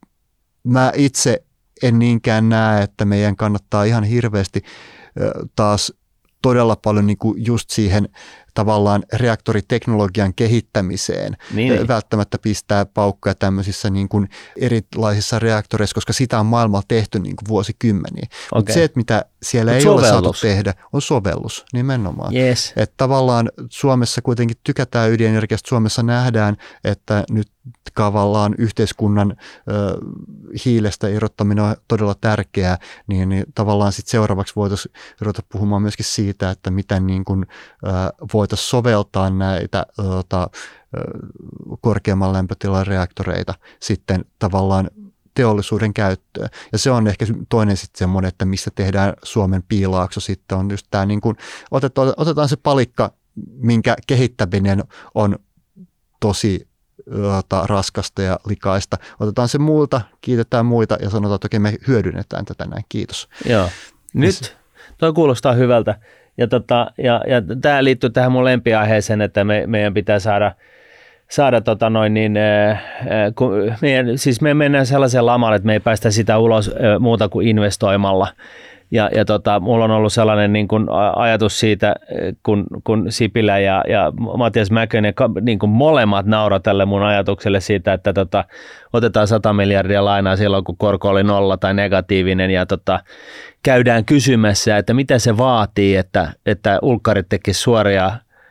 mä itse en niinkään näe, että meidän kannattaa ihan hirveästi ö, taas todella paljon niin kuin just siihen tavallaan reaktoriteknologian kehittämiseen niin. välttämättä pistää paukkoja tämmöisissä niin kuin erilaisissa reaktoreissa, koska sitä on maailmalla tehty niin kuin vuosikymmeniä. Okay. Mutta se, että mitä siellä Mut ei sovellus. ole saatu tehdä, on sovellus nimenomaan. Yes. Että tavallaan Suomessa kuitenkin tykätään ydinenergiasta. Suomessa nähdään, että nyt tavallaan yhteiskunnan ö, hiilestä irrottaminen on todella tärkeää, niin, niin tavallaan sitten seuraavaksi voitaisiin ruveta puhumaan myöskin siitä, että miten niin kuin, ö, voitaisiin soveltaa näitä ö, korkeamman lämpötilan reaktoreita sitten tavallaan teollisuuden käyttöön. Ja se on ehkä toinen sitten semmoinen, että missä tehdään Suomen piilaakso sitten on just tämä, niin kuin otetaan, otetaan se palikka, minkä kehittäminen on tosi raskasta ja likaista. Otetaan se muulta, kiitetään muita ja sanotaan, että okei, me hyödynnetään tätä näin. Kiitos. Joo. Nyt toi kuulostaa hyvältä. Ja, tota, ja, ja tämä liittyy tähän mun lempiaiheeseen, että me, meidän pitää saada, saada tota noin niin, äh, kun meidän, siis me mennään sellaiseen lamalle, että me ei päästä sitä ulos äh, muuta kuin investoimalla. Ja, ja tota, mulla on ollut sellainen niin kuin ajatus siitä, kun, kun Sipilä ja, ja Matias Mäkönen niin kuin molemmat nauroi tälle mun ajatukselle siitä, että tota, otetaan sata miljardia lainaa silloin, kun korko oli nolla tai negatiivinen ja tota, käydään kysymässä, että mitä se vaatii, että, että ulkkarit tekisivät suoria,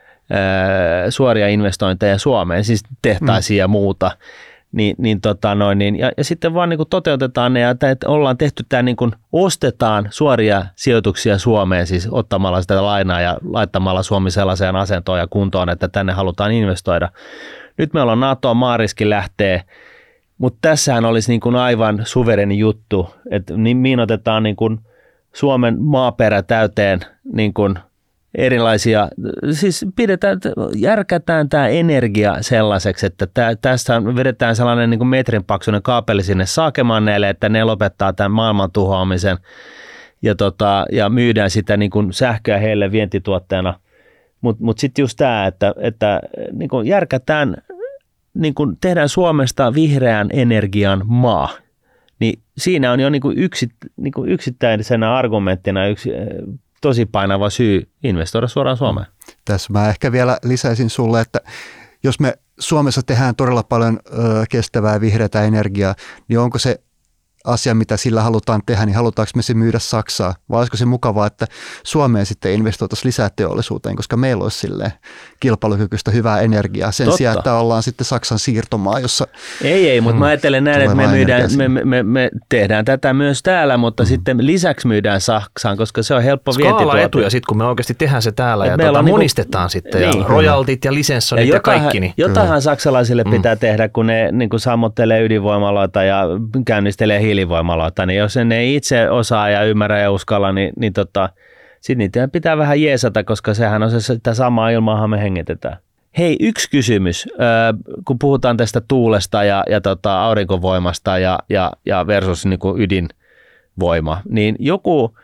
ää, suoria investointeja Suomeen, siis tehtaisiin mm. ja muuta. Niin, niin, tota noin, niin, ja, ja sitten vaan niin kuin toteutetaan ne, ja että ollaan tehty tämä, niin kuin ostetaan suoria sijoituksia Suomeen, siis ottamalla sitä lainaa ja laittamalla Suomi sellaiseen asentoon ja kuntoon, että tänne halutaan investoida. Nyt meillä on NATO, maariski lähtee, mutta tässähän olisi niin kuin aivan suvereni juttu, että miinotetaan niin kuin Suomen maaperä täyteen niin kuin erilaisia, siis pidetään, järkätään tämä energia sellaiseksi, että tää, tässä vedetään sellainen niin kuin metrin paksuinen kaapeli sinne saakemanneille, että ne lopettaa tämän maailman tuhoamisen ja, tota, ja myydään sitä niin kuin sähköä heille vientituotteena. Mutta mut sitten just tämä, että, että niin kuin järkätään, niin kuin tehdään Suomesta vihreän energian maa. Niin siinä on jo niin kuin yksi, niin kuin yksittäisenä argumenttina yksi tosi painava syy investoida suoraan Suomeen. Tässä mä ehkä vielä lisäisin sulle, että jos me Suomessa tehdään todella paljon ö, kestävää vihreätä energiaa, niin onko se asia, mitä sillä halutaan tehdä, niin halutaanko me se myydä Saksaa? Vai olisiko se mukavaa, että Suomeen sitten investoitaisiin lisää teollisuuteen, koska meillä olisi silleen kilpailukykyistä hyvää energiaa sen Totta. sijaan, että ollaan sitten Saksan siirtomaa, jossa Ei, ei, mutta mm, mä ajattelen näin, että me, myydään, me, me, me tehdään tätä myös täällä, mutta mm. sitten lisäksi myydään Saksaan, koska se on helppo vientituote. Skaala-etuja sitten, kun me oikeasti tehdään se täällä et ja tuota, monistetaan niinku, sitten niin, ja royaltit ja lisenssonit ja, ja kaikki. Niin. Jotainhan saksalaisille mm. pitää tehdä, kun ne niin kuin sammottelee ydinvoimaloita ja käynnistelee hiilivoimaloita, niin jos ne ei itse osaa ja ymmärrä ja uskalla, niin, niin tota, sitten niitä pitää vähän jeesata, koska sehän on se, sitä samaa ilmaa me hengitetään. Hei, yksi kysymys, kun puhutaan tästä tuulesta ja, ja tota, aurinkovoimasta ja, ja, ja versus niin kuin ydinvoima, niin joku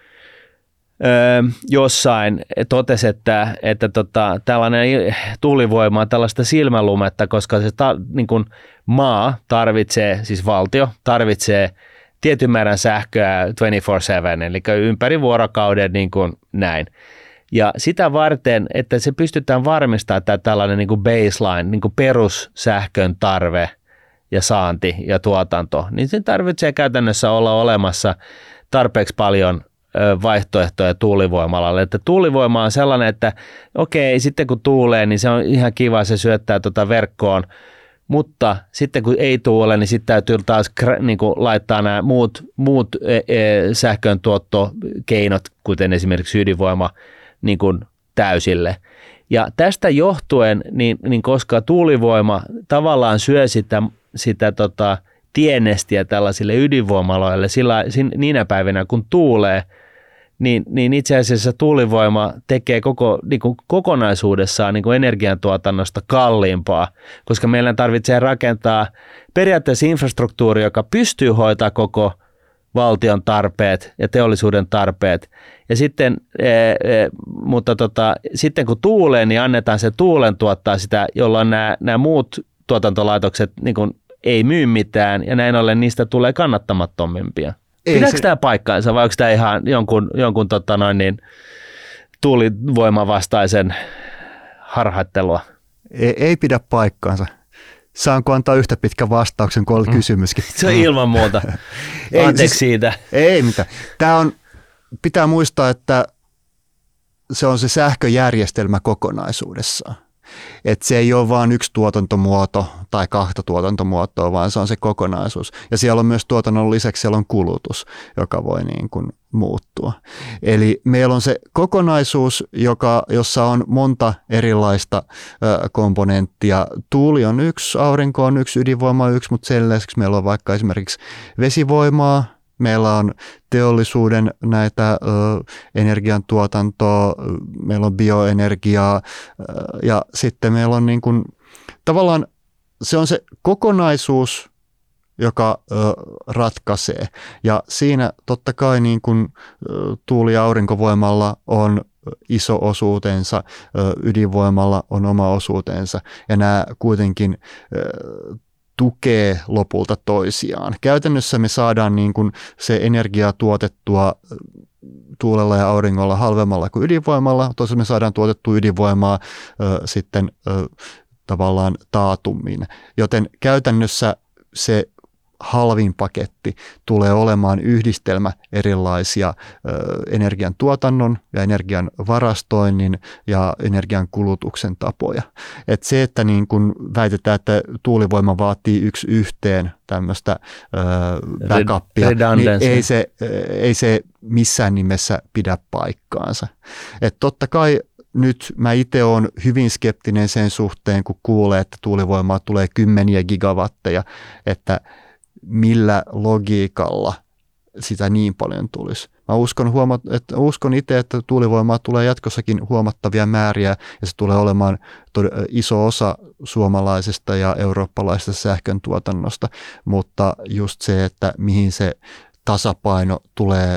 ö, jossain totesi, että, että tota, tällainen tuulivoima on tällaista silmälumetta, koska se ta, niin kuin maa tarvitsee, siis valtio tarvitsee tietyn määrän sähköä kaksikymmentäneljä seitsemän, eli ympäri vuorokauden niin kuin näin. Ja sitä varten, että se pystytään varmistamaan, että tällainen niin kuin baseline, niin kuin perussähkön tarve ja saanti ja tuotanto, niin se tarvitsee käytännössä olla olemassa tarpeeksi paljon vaihtoehtoja tuulivoimalalle. Että tuulivoima on sellainen, että okei, sitten kun tuulee, niin se on ihan kiva, se syöttää tuota verkkoon, mutta sitten kun ei tuule, niin sitten täytyy taas niin kuin laittaa nämä muut, muut sähköntuottokeinot, kuten esimerkiksi ydinvoima, niin kuin täysille. Ja tästä johtuen, niin, niin koska tuulivoima tavallaan syö sitä, sitä tota, tienestiä tällaisille ydinvoimaloille sillä, niinä päivinä, kun tuulee, niin, niin itse asiassa tuulivoima tekee koko, niin kuin kokonaisuudessaan niin kuin energiantuotannosta kalliimpaa, koska meillä tarvitsee rakentaa periaatteessa infrastruktuuri, joka pystyy hoitamaan koko valtion tarpeet ja teollisuuden tarpeet. Ja sitten, e, e, mutta tota, sitten kun tuulee, niin annetaan se tuulen tuottaa sitä, jolloin nämä, nämä muut tuotantolaitokset niin kuin ei myy mitään ja näin ollen niistä tulee kannattamattomimpia. Pidääkö se tämä paikkaansa vai onko tämä ihan jonkun, jonkun tota noin niin, tuulivoimavastaisen harhaittelua? Ei, ei pidä paikkaansa. Saanko antaa yhtä pitkän vastauksen kuin oli mm. kysymyskin? Se on ilman muuta. Anteeksi siis, siitä. Ei mitään. Tämä on, pitää muistaa, että se on se sähköjärjestelmä kokonaisuudessaan. Että se ei ole vain yksi tuotantomuoto tai kahta tuotantomuotoa, vaan se on se kokonaisuus. Ja siellä on myös tuotannon lisäksi siellä on kulutus, joka voi niin kuin muuttua. Eli meillä on se kokonaisuus, joka, jossa on monta erilaista ö, komponenttia. Tuuli on yksi, aurinko on yksi, ydinvoima on yksi, mutta sen lisäksi meillä on vaikka esimerkiksi vesivoimaa. Meillä on teollisuuden näitä ö, energiantuotantoa, meillä on bioenergiaa ö, ja sitten meillä on niin kuin, tavallaan se on se kokonaisuus, joka ö, ratkaisee. Ja siinä totta kai niin kuin, ö, tuuli- ja aurinkovoimalla on iso osuutensa, ö, ydinvoimalla on oma osuutensa ja nämä kuitenkin ö, tukee lopulta toisiaan. Käytännössä me saadaan niin kuin se energia tuotettua tuulella ja auringolla halvemmalla kuin ydinvoimalla. Toisaalta me saadaan tuotettua ydinvoimaa ö, sitten ö, tavallaan taatummin. Joten käytännössä se halvin paketti tulee olemaan yhdistelmä erilaisia ö, energian tuotannon ja energian varastoinnin ja energian kulutuksen tapoja. Et se, että niin kun väitetään, että tuulivoima vaatii yksi yhteen tämmöistä ö, backupia, niin ei se, ei se missään nimessä pidä paikkaansa. Et totta kai nyt mä itse olen hyvin skeptinen sen suhteen, kun kuulee, että tuulivoimaa tulee kymmeniä gigawatteja, että millä logiikalla sitä niin paljon tulisi. Mä uskon, huoma- että uskon itse, että tuulivoimaa tulee jatkossakin huomattavia määriä ja se tulee olemaan tod- iso osa suomalaisesta ja eurooppalaisesta sähkön tuotannosta, mutta just se, että mihin se tasapaino tulee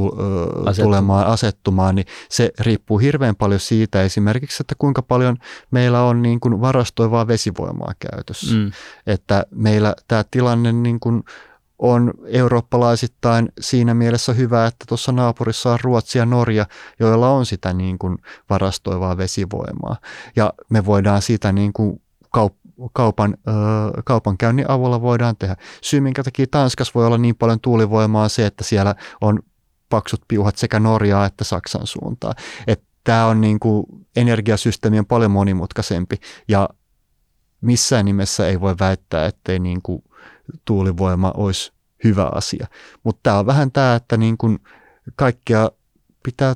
tulemaan asettumaan, niin se riippuu hirveän paljon siitä esimerkiksi, että kuinka paljon meillä on niin kuin varastoivaa vesivoimaa käytössä. Mm. Että meillä tämä tilanne niin kuin on eurooppalaisittain siinä mielessä hyvä, että tuossa naapurissa on Ruotsi ja Norja, joilla on sitä niin kuin varastoivaa vesivoimaa. Ja me voidaan sitä niin kuin kaup- kaupan, ö, kaupankäynnin avulla voidaan tehdä. Syy, minkä takia Tanskassa voi olla niin paljon tuulivoimaa, on se, että siellä on paksut piuhat sekä Norjaa että Saksan suuntaan. Tämä on niin kuin energiasysteemi on paljon monimutkaisempi ja missään nimessä ei voi väittää, ettei niin kuin tuulivoima olisi hyvä asia. Mutta tämä on vähän tämä, että niin kuin kaikkea pitää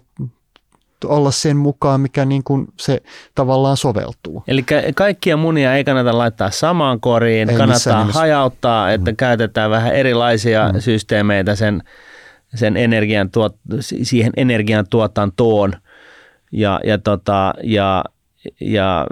olla sen mukaan, mikä niin kuin se tavallaan soveltuu. Eli kaikkia munia ei kannata laittaa samaan koriin, ei kannattaa hajauttaa, että mm. käytetään vähän erilaisia mm. systeemeitä sen sen energian tuot, siihen energian tuotantoon ja, ja, tota, ja, ja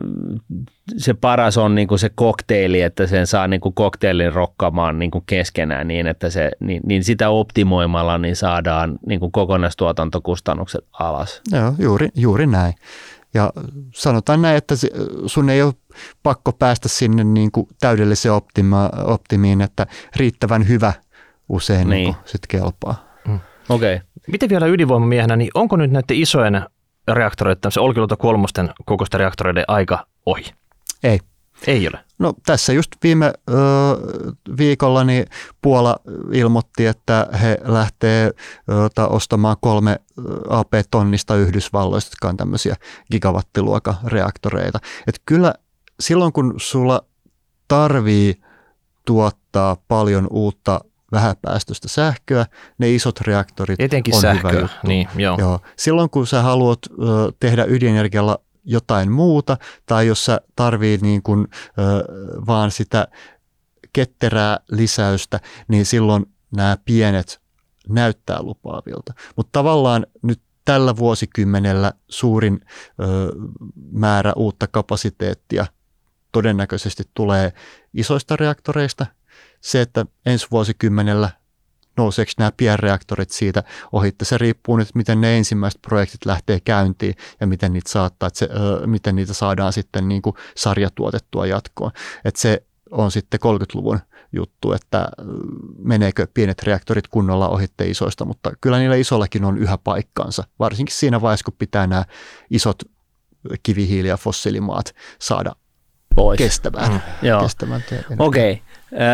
se paras on niinku se kokteili, että sen saa niinku kokteilin rokkaamaan niinku keskenään niin, että se, niin, niin sitä optimoimalla niin saadaan niinku kokonaistuotantokustannukset alas. Joo, juuri, juuri näin. Ja sanotaan näin, että sun ei ole pakko päästä sinne niinku täydelliseen optima, optimiin, että riittävän hyvä usein niin. Niinku sit kelpaa. Okay. Miten vielä ydinvoimamiehenä, niin onko nyt näiden isojen reaktoreiden, tämmöisen Olkiluoto kolmosten kokoisten reaktoreiden aika ohi? Ei. Ei ole? No tässä just viime ö, viikolla niin Puola ilmoitti, että he lähtee ö, ostamaan kolme A P-tonnista Yhdysvalloista, jotka on tämmöisiä gigawattiluokan reaktoreita. Et kyllä silloin, kun sulla tarvii tuottaa paljon uutta vähäpäästöistä sähköä, ne isot reaktorit etenkin on sähköä. hyvä juttu. Niin, joo. Joo. Silloin, kun sä haluat ö, tehdä ydinenergialla jotain muuta, tai jos sä tarvii niin kuin, ö, vaan sitä ketterää lisäystä, niin silloin nämä pienet näyttää lupaavilta. Mutta tavallaan nyt tällä vuosikymmenellä suurin ö, määrä uutta kapasiteettia todennäköisesti tulee isoista reaktoreista. Se, että ensi vuosikymmenellä nouseeko nämä pienreaktorit siitä ohitte, se riippuu nyt, miten ne ensimmäiset projektit lähtee käyntiin ja miten niitä, saattaa, että se, ö, miten niitä saadaan sitten niin kuin sarjatuotettua jatkoon. Että se on sitten kolmekymmentäluvun juttu, että meneekö pienet reaktorit kunnolla ohitte isoista, mutta kyllä niillä isollakin on yhä paikkansa, varsinkin siinä vaiheessa, kun pitää nämä isot kivihiili- ja fossiilimaat saada pois kestävään. Mm. Joo. kestävään Okei. Okay.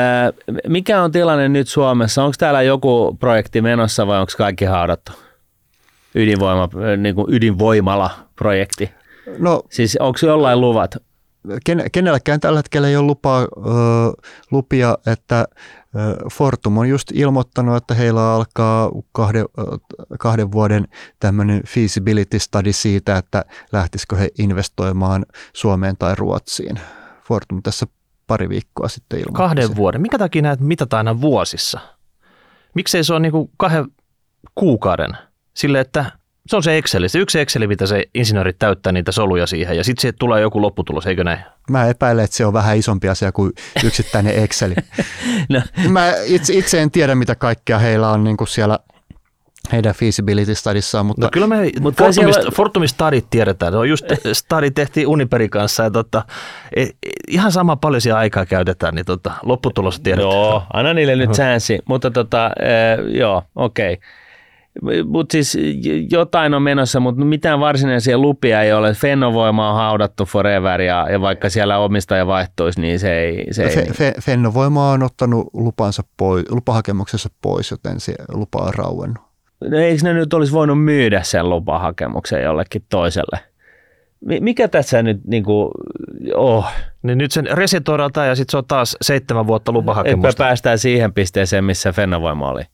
Mikä on tilanne nyt Suomessa? Onko täällä joku projekti menossa vai onko kaikki haudattu? Ydinvoima, niin kuin ydinvoimala-projekti. No, siis onko jollain luvat? Ken, kenelläkään tällä hetkellä ei ole lupaa, ö, lupia, että ö, Fortum on just ilmoittanut, että heillä alkaa kahden, ö, kahden vuoden tämmöinen feasibility study siitä, että lähtisikö he investoimaan Suomeen tai Ruotsiin. Fortum tässä pari viikkoa sitten ilmoitti. Kahden vuoden. Minkä takia näitä mitataan aina vuosissa? Miksei se ole niin kuin kahden kuukauden? Sille, että se on se Excel, se yksi Excel, mitä se insinöörit täyttää niitä soluja siihen ja sitten siitä tulee joku lopputulos, eikö näin? Mä epäilen, että se on vähän isompi asia kuin yksittäinen Excel. no. Mä itse, itse en tiedä, mitä kaikkea heillä on niin kuin siellä heidän feasibility studissaan, mutta... No kyllä me mutta Fortumista, siellä... Fortumin studit tiedetään. No just studi tehtiin Uniperin kanssa ja tota, ihan sama paljon siellä aikaa käytetään, niin tota, lopputulos tiedetään. Joo, anna niille nyt chanssi, mutta tota, äh, joo, okei. Okay. Mutta siis jotain on menossa, mutta mitään varsinaisia lupia ei ole. Fennovoima on haudattu forever ja, ja vaikka siellä omistaja vaihtuisi, niin se ei... Se fe, ei fe, Fennovoima on ottanut lupansa pois, lupahakemuksensa pois, joten se lupa on rauennut. No eikö ne nyt olisi voinut myydä sen lupahakemuksen jollekin toiselle? Mikä tässä nyt niinku, oh. Niin nyt sen resetoidaan ja sitten se on taas seitsemän vuotta lupahakemusta. Että päästään siihen pisteeseen, missä Fennovoima oli.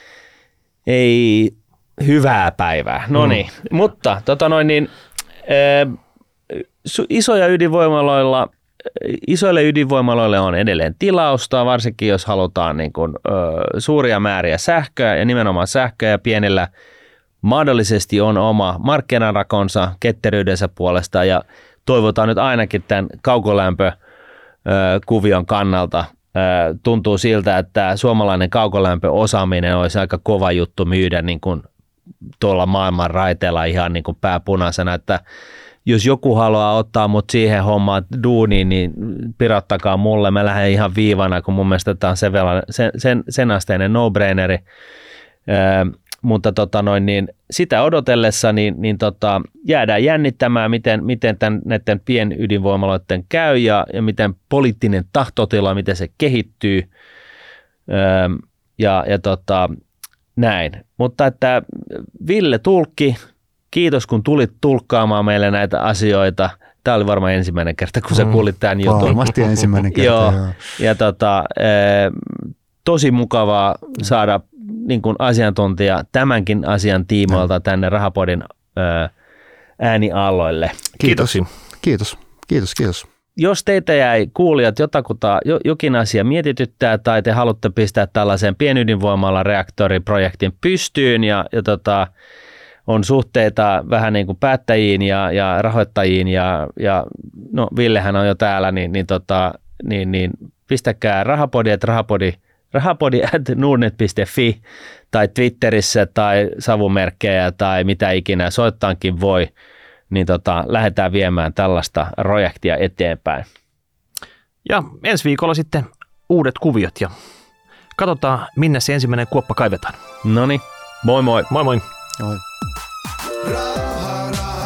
Ei hyvää päivää. No niin, mm. mutta tota noin niin, äh, isoja ydinvoimaloilla, isoille ydinvoimaloille on edelleen tilausta, varsinkin jos halutaan niin kuin, äh, suuria määriä sähköä ja nimenomaan sähköä ja pienillä mahdollisesti on oma markkinarakonsa ketteryydensä puolesta ja toivotaan nyt ainakin tämän kaukolämpökuvion kannalta. Tuntuu siltä, että suomalainen kaukolämpöosaaminen olisi aika kova juttu myydä niin kuin tuolla maailman raiteella ihan niin kuin pääpunaisena, että jos joku haluaa ottaa mut siihen hommaan duuniin, niin pirattakaa mulle, mä lähden ihan viivana, kun mun mielestä tämä on sen, sen, sen, sen asteinen no-braineri. Mutta tota noin, niin sitä odotellessa niin, niin tota, jäädään jännittämään, miten, miten tämän, näiden pienydinvoimaloiden käy ja, ja miten poliittinen tahtotila, miten se kehittyy öö, ja, ja tota, näin. Mutta että Ville Tulkki, kiitos kun tulit tulkkaamaan meille näitä asioita. Tämä oli varmaan ensimmäinen kerta, kun sä kuulit tämän jutun. Varmasti ensimmäinen kerta, joo. joo. Ja tota, öö, tosi mukavaa saada niin kuin asiantuntija tämänkin asian tiimoilta tänne Rahapodin ö, ääniaalloille. Kiitos. Kiitos. Kiitos, kiitos. Jos teitä jäi kuulijat jotakuta, jokin asia mietityttää tai te haluatte pistää tällaisen pienydinvoimalla reaktoriprojektin pystyyn ja, ja tota, on suhteita vähän niin kuin päättäjiin ja, ja rahoittajiin ja, ja no Villehän on jo täällä, niin, niin, tota, niin, niin pistäkää Rahapodi, että Rahapodi rahapodi at nordnet piste fi tai Twitterissä tai savumerkkejä tai mitä ikinä soittaankin voi, niin tota, lähdetään viemään tällaista projektia eteenpäin. Ja ensi viikolla sitten uudet kuviot ja katsotaan, minne se ensimmäinen kuoppa kaivetaan. Noniin, moi moi. Moi moi. Moi. Raha, raha.